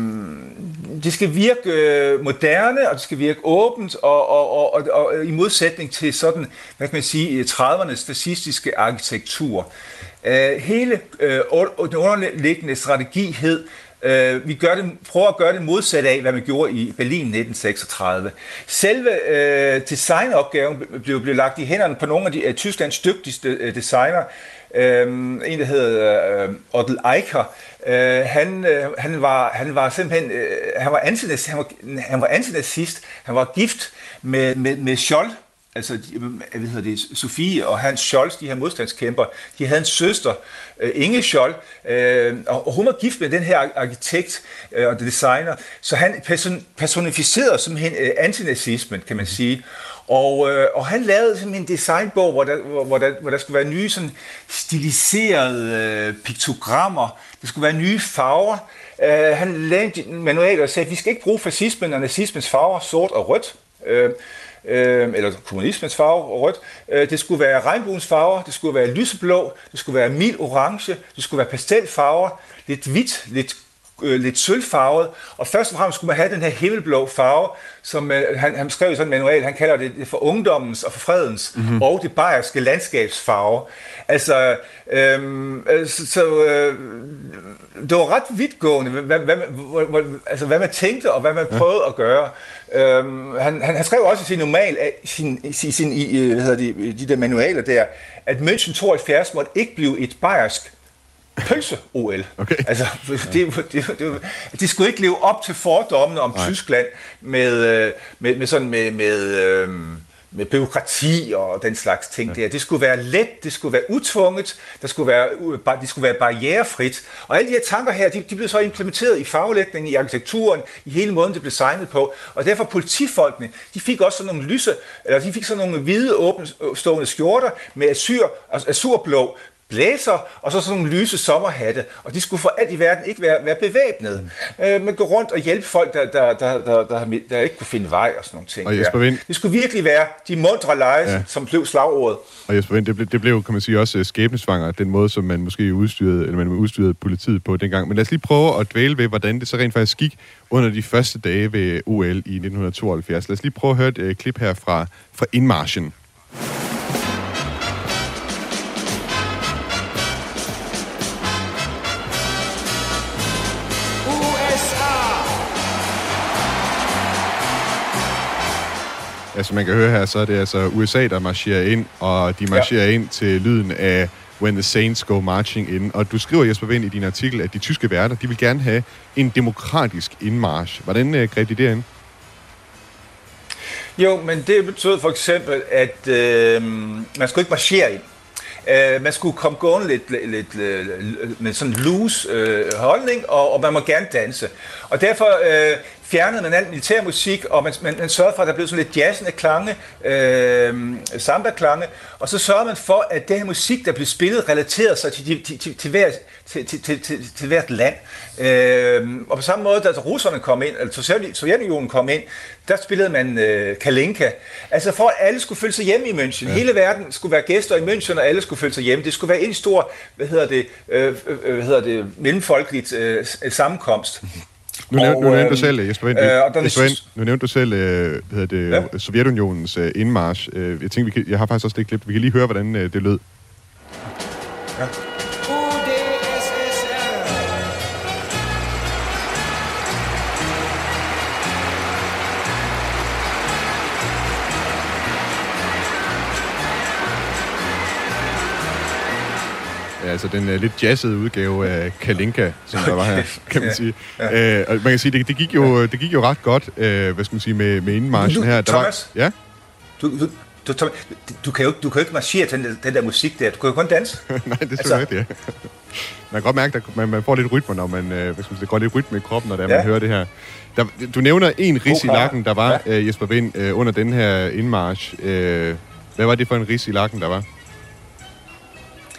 det skal virke øh, moderne, og det skal virke åbent, og, og, og, og, og i modsætning til sådan, hvad kan man sige, tredivernes fascistiske arkitektur. Øh, hele øh, den underliggende strategi hed, øh, vi gør det, prøver at gøre det modsat af, hvad man gjorde i Berlin nitten seksogtredive. Selve øh, designopgaven blev, blev lagt i hænderne på nogle af de, uh, Tysklands dygtigste uh, designer. Øh, en, der hedder uh, Otto Eicher. Uh, han, uh, han, var, han var simpelthen uh, han var antinazist, han var, han var antinazist, han var gift med, med, med Scholl, altså hvad hedder det, Sofie og Hans Scholz, de her modstandskæmper. De havde en søster, uh, Inge Scholl, uh, og hun var gift med den her arkitekt uh, og designer, så han person, personificerede simpelthen uh, antinazismen, kan man sige. Og, øh, og han lavede simpelthen en designbog, hvor der, hvor, hvor, der, hvor der skulle være nye sådan stiliserede øh, piktogrammer, der skulle være nye farver. Øh, han lavede en manual og sagde, at vi skal ikke bruge fascismen og nazismens farver, sort og rødt, øh, øh, eller kommunismens farver og rødt. Øh, det skulle være regnbuens farver, det skulle være lyseblå, det skulle være mild orange, det skulle være pastelfarver, lidt hvidt, lidt Øh, lidt sølvfarvet, og først og fremmest skulle man have den her himmelblå farve, som øh, han, han skrev i sådan en manual, han kalder det for ungdommens og for fredens, mm-hmm. og det bayerske landskabsfarve. Altså, øh, så, så øh, det var ret vidtgående, hvad, hvad, hvad, hvad, altså, hvad man tænkte, og hvad man prøvede ja. at gøre. Øh, han, han, han skrev også i sin normal, sin, sin, sin, i, hvad hedder de, de der manualer der, at München tooghalvfjerds måtte ikke blive et bayersk pølse-O L. Okay. Altså, det, det, det, de skulle ikke leve op til fordommene om Nej. Tyskland med, med, med sådan med, med, med bureaukrati og den slags ting ja. der. Det skulle være let, det skulle være utvunget, der skulle være, det skulle være barrierefrit. Og alle de her tanker her, de, de blev så implementeret i farvelægningen, i arkitekturen, i hele måden, det blev designet på. Og derfor politifolkene, de fik også sådan nogle lyse, eller de fik sådan nogle hvide, åbnstående skjorter med asyr, altså azurblå blæser, og så sådan nogle lyse sommerhatte, og de skulle for alt i verden ikke være, være bevæbnede, mm. øh, men gå rundt og hjælpe folk, der, der, der, der, der, der ikke kunne finde vej og sådan nogle ting. Og Jesper Wind, det skulle virkelig være de muntre lege, ja. som blev slagordet. Og Jesper Wind, det blev, det blev, kan man sige, også skæbnesvanger, den måde, som man måske udstyrede, eller man udstyrede politiet på dengang. Men lad os lige prøve at dvæle ved, hvordan det så rent faktisk gik under de første dage ved O L i nitten tooghalvfjerds. Lad os lige prøve at høre et uh, klip her fra, fra indmarchen. Altså man kan høre her, så er det altså U S A, der marcherer ind, og de marcherer ja. ind til lyden af When the Saints Go Marching In. Og du skriver, Jesper Wind, i din artikel, at de tyske værter, de vil gerne have en demokratisk indmarch. Hvordan øh, greb de det ind? Jo, men det betød for eksempel, at øh, man skulle ikke marchere ind. Uh, man skulle komme gående lidt, lidt, lidt med sådan en loose øh, holdning, og, og man må gerne danse. Og derfor øh, fjernede man al militærmusik, og man, man, man sørgede for, at der blev sådan lidt jazzende klange, øh, samba-klange, og så sørgede man for, at den her musik, der blev spillet, relaterede sig til, til, til, til, hver, til, til, til, til, til hvert land. Øh, og på samme måde, da russerne kom ind, eller Sovjetunionen kom ind, der spillede man øh, Kalinka. Altså for, at alle skulle føle sig hjemme i München. Ja. Hele verden skulle være gæster i München, og alle skulle føle sig hjemme. Det skulle være en stor, hvad hedder det, øh, hvad hedder det, mellemfolkeligt øh, sammenkomst. Nu nævnte, nu nævnte du selv, Jesper Wind, øh, Jesper Wind, nu nævnte du selv, øh, hvad hedder det, ja. Sovjetunionens øh, indmarch. Øh, jeg tænker, vi kan, jeg har faktisk også det klip. Vi kan lige høre, hvordan øh, det lød. Ja. Ja, altså den uh, lidt jazzede udgave af Kalinka, som der var her, kan man sige. Ja, ja. Uh, og man kan sige, det, det, gik jo, det gik jo ret godt, uh, hvad skal man sige, med, med indmarchen her. Der Thomas, var, ja? du, du, du, Thomas, du, kan jo, du kan jo ikke marchere til den, den der musik der. Du kan jo kun danse. Nej, det er altså ikke det. Man kan godt mærke, at man, man får lidt rytme, når man, uh, hvad skal man sige, går lidt rytme i kroppen, når der, ja. man hører det her. Der, du nævner en ris i lakken, der var, ja. uh, Jesper Wind, uh, under den her indmarch. Uh, hvad var det for en ris i lakken, der var?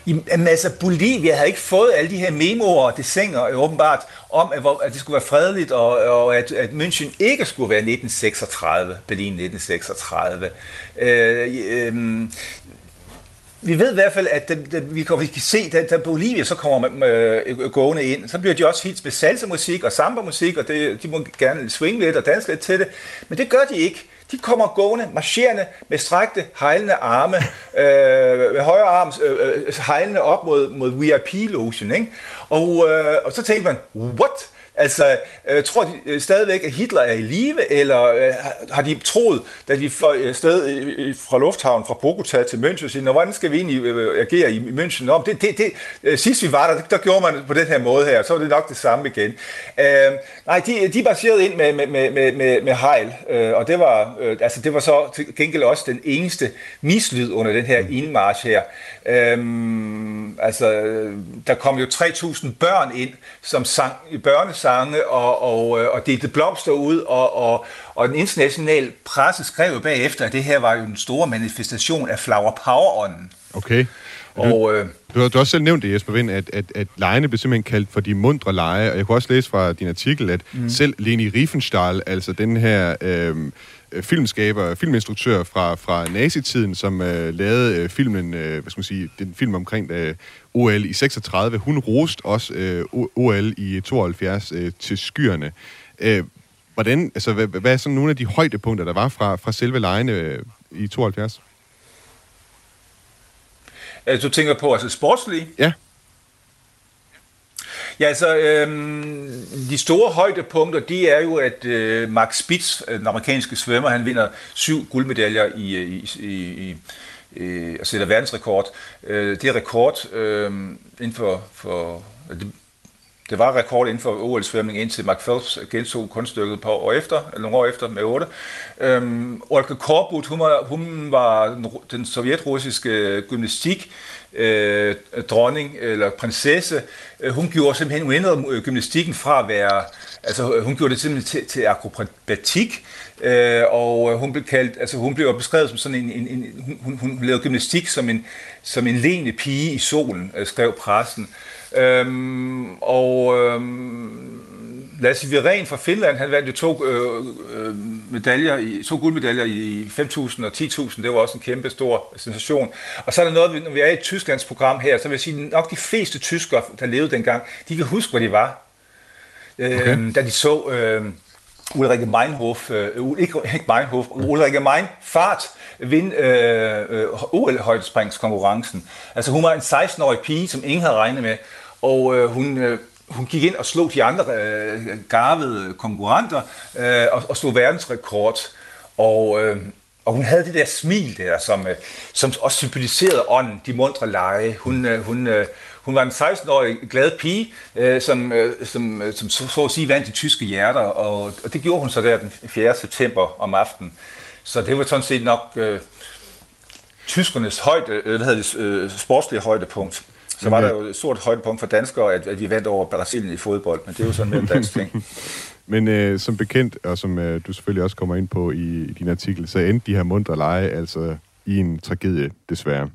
Jamen, altså, Bolivia havde ikke fået alle de her memoer og desinger, åbenbart, om, at, at det skulle være fredeligt, og, og at, at München ikke skulle være nitten seksogtredive, Berlin nitten seksogtredive. Øh, øh, Vi ved i hvert fald, at da, da, vi, kan, vi kan se, da, da Bolivia så kommer øh, gående ind, så bliver de også helt med salsa-musik og samba-musik, og det, de må gerne swinge lidt og danse lidt til det. Men det gør de ikke. De kommer gående, marcherende med strækte, hejlende arme, øh, med højre arm øh, hejlende op mod, mod V I P-logen, ikke? Og, øh, og så tænker man, what? Altså, øh, tror de stadigvæk, at Hitler er i live, eller øh, har de troet, da de fløj afsted øh, fra lufthavnen fra Bogota til München, siger, hvordan skal vi egentlig øh, agere i München? Om det, det, det, øh, sidst vi var der, der gjorde man på den her måde her, så var det nok det samme igen. Øh, nej, de, de marcherede ind med, med, med, med, med hejl, øh, og det var, øh, altså, det var så til gengæld også den eneste mislyd under den her indmarch her. Øh, altså, der kom jo tre tusind børn ind, som sang i børnesange, og, og, og delte blomster ud, og, og, og den internationale presse skrev bagefter, at det her var jo en stor manifestation af Flower Power-ånden. Okay. Og, øh, du, har, du har også selv nævnt det, Jesper Wind, at, at, at legene blev simpelthen kaldt for de mundre lege, og jeg kunne også læse fra din artikel, at mm. selv Leni Riefenstahl, altså den her øh, filmskaber, filminstruktør fra, fra nazitiden, som øh, lavede øh, filmen, øh, hvad skal man sige, den film omkring øh, O L i seksogtredive, hun roste også øh, O L i tooghalvfjerds øh, til skyerne. Øh, hvordan, altså, hvad, hvad er sådan nogle af de højdepunkter, der var fra, fra selve legene øh, i tooghalvfjerds? Altså, du tænker på altså sportslige? Ja. Ja, altså, øhm, de store højdepunkter, de er jo, at øh, Max Spitz, den amerikanske svømmer, han vinder syv guldmedaljer i, i, i, i og sætter verdensrekord. Øh, det er rekord øh, inden for... for det, det var rekord inden for O L-svømning, indtil Mark Phelps gentog kunststykket på år efter, eller nogle år efter med otte. Øhm, Olga Korbut, hun var, hun var den, den sovjetrussiske gymnastik øh, dronning eller prinsesse. Hun gjorde simpelthen, hun ændrede gymnastikken fra at være, altså hun gjorde det simpelthen til, til akrobatik, øh, og hun blev kaldt, altså hun blev beskrevet som sådan en, en, en hun, hun lavede gymnastik som en, som en leende pige i solen, skrev pressen. Øhm, og øhm, Lasse Viren fra Finland, han vandt jo to, øh, øh, medaljer i, to guldmedaljer i fem tusind og ti tusind, det var også en kæmpe stor sensation. Og så er der noget, når vi er i et Tysklands program her, så vil jeg sige, nok de fleste tyskere, der levede dengang, de kan huske, hvor de var. Okay. Øh, da de så øh, Ulrike Meinhof, øh, ikke, ikke Meinhof, Ulrike Meinfart vinde øh, øh, O L-højdespringskonkurrencen. Altså hun var en seksten-årig pige, som ingen havde regnet med, og øh, hun, øh, hun gik ind og slog de andre øh, garvede konkurrenter øh, og, og slog verdensrekord. Og, øh, og hun havde det der smil der, som, øh, som også symboliserede ånden, de mundre lege. Hun, øh, hun, øh, hun var en seksten-årig glad pige, øh, som, øh, som, øh, som så, så at sige vandt de tyske hjerter, og, og det gjorde hun så der den fjerde september om aftenen. Så det var sådan set nok øh, tyskernes højde, øh, hvad hedder det, øh, sportslige højdepunkt. Så var der jo et stort højdepunkt for danskere, at, at vi vandt over Brasilien i fodbold, men det er jo sådan mere en dansk ting. Men øh, som bekendt, og som øh, du selvfølgelig også kommer ind på i, i din artikel, så endte de her mundre lege altså i en tragedie, desværre.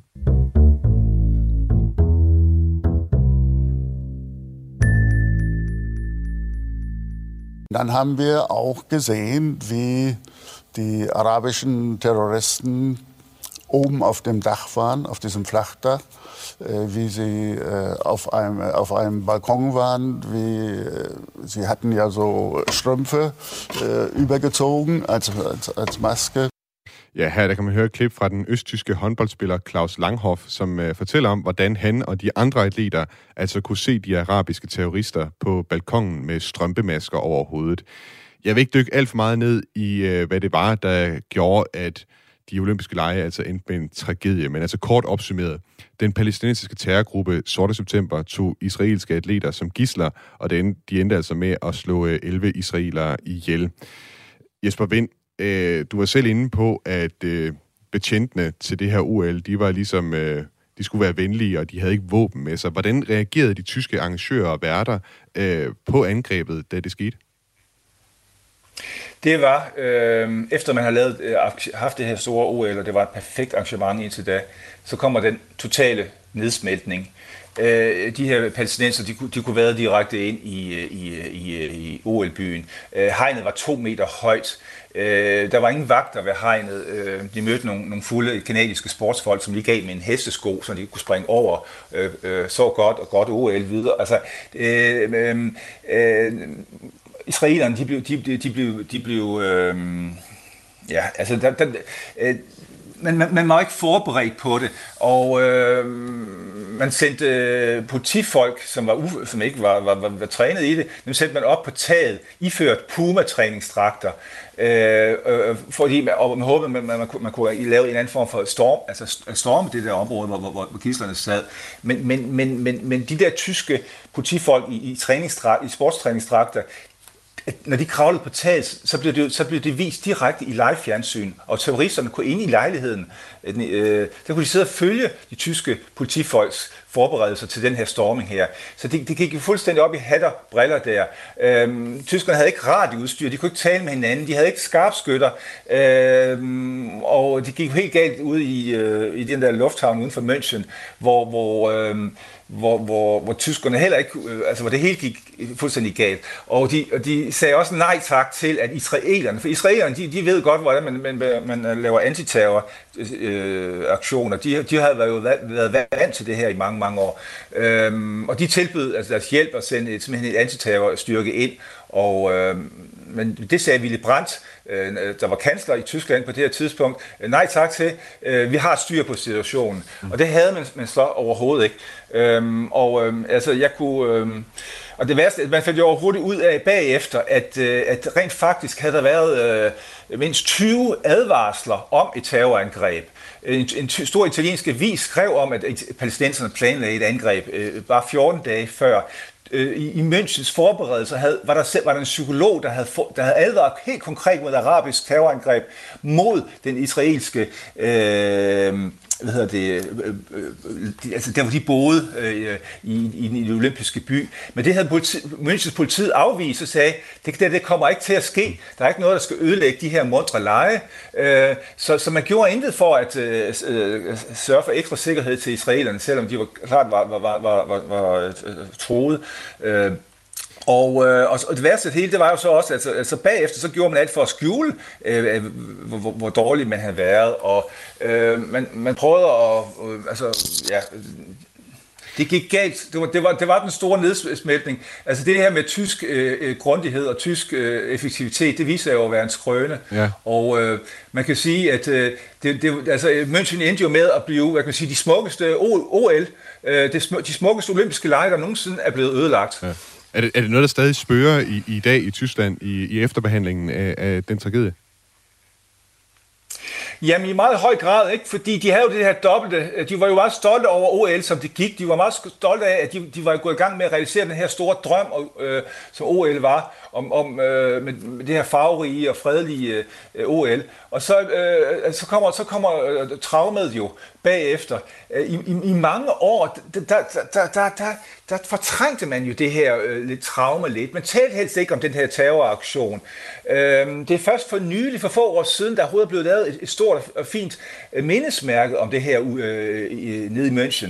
Dann haben wir auch gesehen, wie die arabischen Terroristen oben auf dem Dach waren, auf diesem Flachdach, wie sie auf einem, auf einem Balkon waren, wie sie hatten ja so Strümpfe übergezogen als, als, als Maske. Ja, her der kan man høre et klip fra den østtyske håndboldspiller Klaus Langhoff, som uh, fortæller om, hvordan han og de andre atleter altså kunne se de arabiske terrorister på balkongen med strømpemasker over hovedet. Jeg vil ikke dykke alt for meget ned i, uh, hvad det var, der gjorde, at de olympiske lege altså endte med en tragedie, men altså kort opsummeret. Den palæstinensiske terrorgruppe Sorte September tog israelske atleter som gidsler, og de endte altså med at slå elleve israelere ihjel. Jesper Wind, du var selv inde på, at øh, betjentene til det her O L, de var ligesom, øh, de skulle være venlige, og de havde ikke våben med sig. Hvordan reagerede de tyske arrangører og værter øh, på angrebet, da det skete? Det var, øh, efter man har lavet, øh, haft det her store O L, og det var et perfekt arrangement indtil da, så kommer den totale nedsmeltning. Øh, de her palæstinenser, de, de kunne være direkte ind i, i, i, i O L-byen. Øh, hegnet var to meter højt. Øh, der var ingen vagter ved hegnet. Øh, de mødte nogle, nogle fulde kanadiske sportsfolk, som lige gav med en hestesko, så de kunne springe over. Øh, øh, så godt og godt O L videre. Altså, øh, øh, øh, israelerne, de blev, de, de blev, de blev øh, ja, altså, der, der, øh, man, man, man var ikke forberedt på det, og øh, man sendte øh, politifolk, som, var uf- som ikke var, var, var, var trænet i det, dem sendte man op på taget, iført Puma-træningsdragter, øh, øh, fordi, og man håbede, man, man, man, kunne, man kunne lave en anden form for storm, altså storme det der område, hvor, hvor, hvor gidslerne sad. Men, men, men, men, men de der tyske politifolk i, i, i sportstræningsdragter, når de kravlede på taget, så blev det, så blev det vist direkte i live-fjernsyn, og terroristerne kunne ind i lejligheden. Øh, der kunne de sidde og følge de tyske politifolks forberedelser til den her storming her. Så det, det gik jo fuldstændig op i hat og briller der. Øhm, tyskerne havde ikke radioudstyr, de kunne ikke tale med hinanden, de havde ikke skarpskytter, øhm, og det gik jo helt galt ud i, øh, i den der lufthavn uden for München, hvor, hvor øh, Hvor, hvor, hvor tyskerne heller ikke, altså hvor det hele gik fuldstændig galt. Og de, og de sagde også nej tak til, at israelerne, for israelerne, de, de ved godt, hvordan man, man, man laver antiterror-aktioner. De, de havde jo været vant til det her i mange, mange år. Øhm, og de tilbød altså deres hjælp at sende et, simpelthen et antiterrorstyrke ind. Og, øh, men det sagde Willy Brandt, øh, der var kansler i Tyskland på det her tidspunkt, øh, nej tak til, øh, vi har styr på situationen. Mm. Og det havde man, man så overhovedet ikke. Øhm, og øh, altså jeg kunne, øh, og det værste, man fandt jo overhovedet ud af bagefter, at, øh, at rent faktisk havde der været øh, mindst tyve advarsler om et terrorangreb. En, en stor italiensk avis skrev om, at palæstinenserne planlagde et angreb øh, bare fjorten dage før. I, i Münchens forberedelser havde, var, der selv, var der en psykolog, der havde, for, der havde advaret helt konkret mod arabisk terrorangreb mod den israelske, øh, hvad hedder det, øh, øh, altså der hvor de boede øh, i, i den olympiske by. Men det havde politi, Münchens politiet afvist og sagde, det, det, det kommer ikke til at ske. Der er ikke noget, der skal ødelægge de her muntre lege. Øh, så, så man gjorde intet for at øh, øh, sørge for ekstra sikkerhed til israelerne, selvom de var klart var, var, var, var, var, var øh, troet. Øh, og, øh, og det værste af det hele, det var jo så også, altså, altså bagefter, så gjorde man alt for at skjule, øh, hvor, hvor, hvor dårligt man havde været, og øh, man, man prøvede at, øh, altså, ja, det gik galt. Det var, det var, det var den store nedsmeltning. Altså det her med tysk øh, grundighed og tysk øh, effektivitet, det viser jo at være en skrøne. Ja. Og øh, man kan sige, at øh, det, det, altså, München endte jo med at blive, hvad kan man sige, de smukkeste O L, øh, det, de smukkeste olympiske lege, der nogensinde er blevet ødelagt. Ja. Er det, er det noget, der stadig spørger i, i dag i Tyskland i, i efterbehandlingen af, af den tragedie? Jamen i meget høj grad, ikke? Fordi de havde jo det her dobbelte, de var jo meget stolte over O L, som det gik. De var meget stolte af, at de, de var gået i gang med at realisere den her store drøm, øh, som O L var, om, om øh, med, med det her farverige og fredelige øh, O L. Og så, øh, så kommer, så kommer øh, traumet jo bagefter. I, i, i mange år, der, der, der, der, der, der fortrængte man jo det her øh, lidt traume lidt. Man talte helst ikke om den her terroraktion. Øh, det er først for nylig, for få år siden, der overhovedet er blevet lavet et, et stort og fint mindesmærke om det her øh, i, nede i München.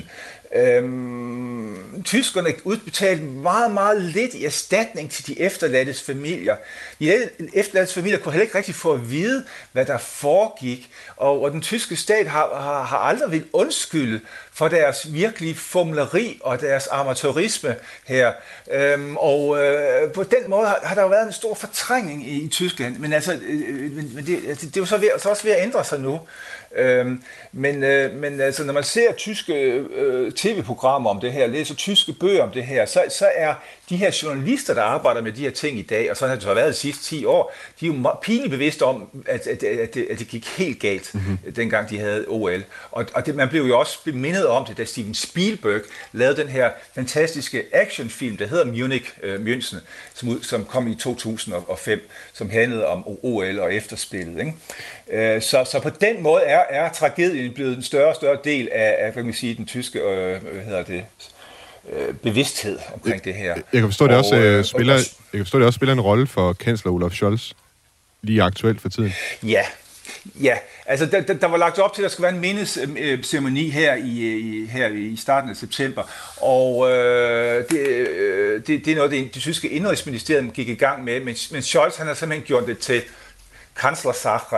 Øhm, tyskerne udbetalte meget, meget lidt i erstatning til de efterladtes familier. De efterladtes familier kunne heller ikke rigtig få at vide, hvad der foregik, og, og den tyske stat har, har, har aldrig vil undskylde for deres virkelige fumleri og deres amatørisme her. Øhm, og øh, på den måde har, har der jo været en stor fortrængning i, i Tyskland, men, altså, øh, men, men det, altså, det er jo så, ved, så også ved at ændre sig nu. Øhm, men, øh, men altså, når man ser tyske øh, tv-programmer om det her, læser tyske bøger om det her, så, så er de her journalister, der arbejder med de her ting i dag, og sådan har det så været de sidste ti år, de er jo pinligt bevidste om, at, at, at, det, at det gik helt galt, mm-hmm. dengang de havde O L. Og, og det, man blev jo også mindet om det, da Steven Spielberg lavede den her fantastiske actionfilm, der hedder Munich, øh, München, som, som kom i to tusind og fem, som handlede om O L og efterspillet. Ikke? Øh, så, så på den måde er, er tragedien blevet en større og større del af, af hvad man sige, den tyske øh, hvad hedder det, øh, bevidsthed omkring det her. Jeg kan forstå, det også øh, spiller, jeg kan forstå, det også spiller en rolle for kansler Olaf Scholz. lige aktuelt for tiden? Ja, ja. Altså der, der, der var lagt op til, at der skulle være en mindesceremoni her i, i, her i starten af september, og øh, det, øh, det, det er noget, det, det tyske indrigsministerium gik i gang med, men, men Scholz han har simpelthen gjort det til kanslersache,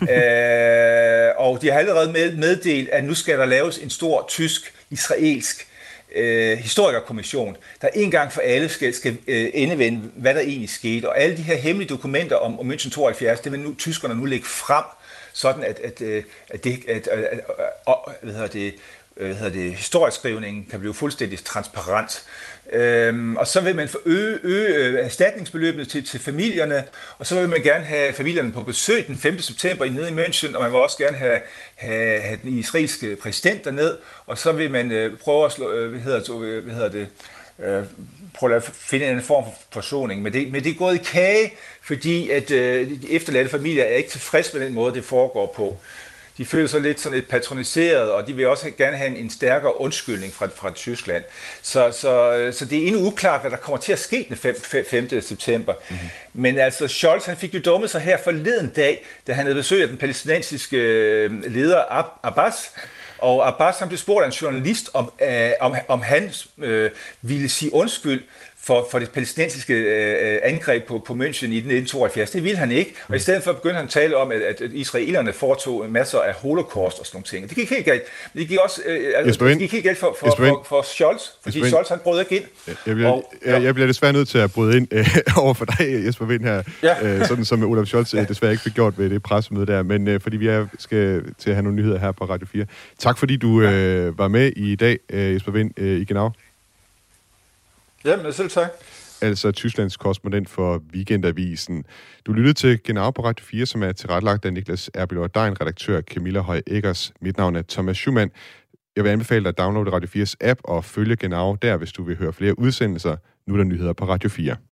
øh, og de har allerede med, meddelt, at nu skal der laves en stor tysk-israelsk øh, historikerkommission, der en gang for alle skal, skal øh, endevende, hvad der egentlig skete, og alle de her hemmelige dokumenter om, om München tooghalvfjerds, det vil nu, tyskerne nu lægge frem, sådan at, at, at, det, at, at, at, at hvad hedder det, hvad hedder det, historieskrivningen kan blive fuldstændig transparent. Øhm, og så vil man øge, øge erstatningsbeløbene til, til familierne, og så vil man gerne have familierne på besøg den femte september nede i München, og man vil også gerne have, have, have den israelske præsident derned, og så vil man øh, prøve at slå, øh, hvad hedder det, hvad hedder det øh, prøve at finde en form for forsoning. Men det, men det er gået i kage, fordi at øh, de efterladte familier er ikke tilfredse med den måde, det foregår på. De føler sig lidt sådan lidt patroniseret, og de vil også gerne have en, en stærkere undskyldning fra, fra Tyskland. Så, så, så det er endnu uklart, hvad der kommer til at ske den femte september. Mm-hmm. Men altså, Scholz han fik jo dummet sig her forleden dag, da han havde besøg af den palæstinensiske leder Abbas. Og Abbas han blev spurgt af en journalist, om, øh, om, om han øh, ville sige undskyld for, for det palæstinensiske øh, angreb på, på München i nitten tooghalvfjerds. Det ville han ikke. Og i stedet for begyndte han at tale om, at, at israelerne foretog masser af holocaust og sådan nogle ting. Det gik helt galt. Det gik også øh, altså, det gik helt galt for, for, for, for Scholz, fordi Scholz han brød ikke ind. Jeg bliver, og, ja. jeg, jeg bliver desværre nødt til at bryde ind øh, over for dig, Jesper Wind her, ja. øh, sådan som Olaf Scholz ja. desværre ikke fik gjort ved det pressemøde der, men øh, fordi vi er, skal til at have nogle nyheder her på Radio fire. Tak fordi du øh, var med i dag, øh, Jesper Wind øh, i Genau. Jamen, selv tak. Altså Tysklands korrespondent for Weekendavisen. Du lyttede til Genau på Radio fire, som er tilrettelagt af Niklas Erbylov Dein, redaktør Camilla Høj Eggers. Mit navn er Thomas Schumann. Jeg vil anbefale dig at downloade Radio fires app og følge Genau der, hvis du vil høre flere udsendelser. Nu er der nyheder på Radio fire.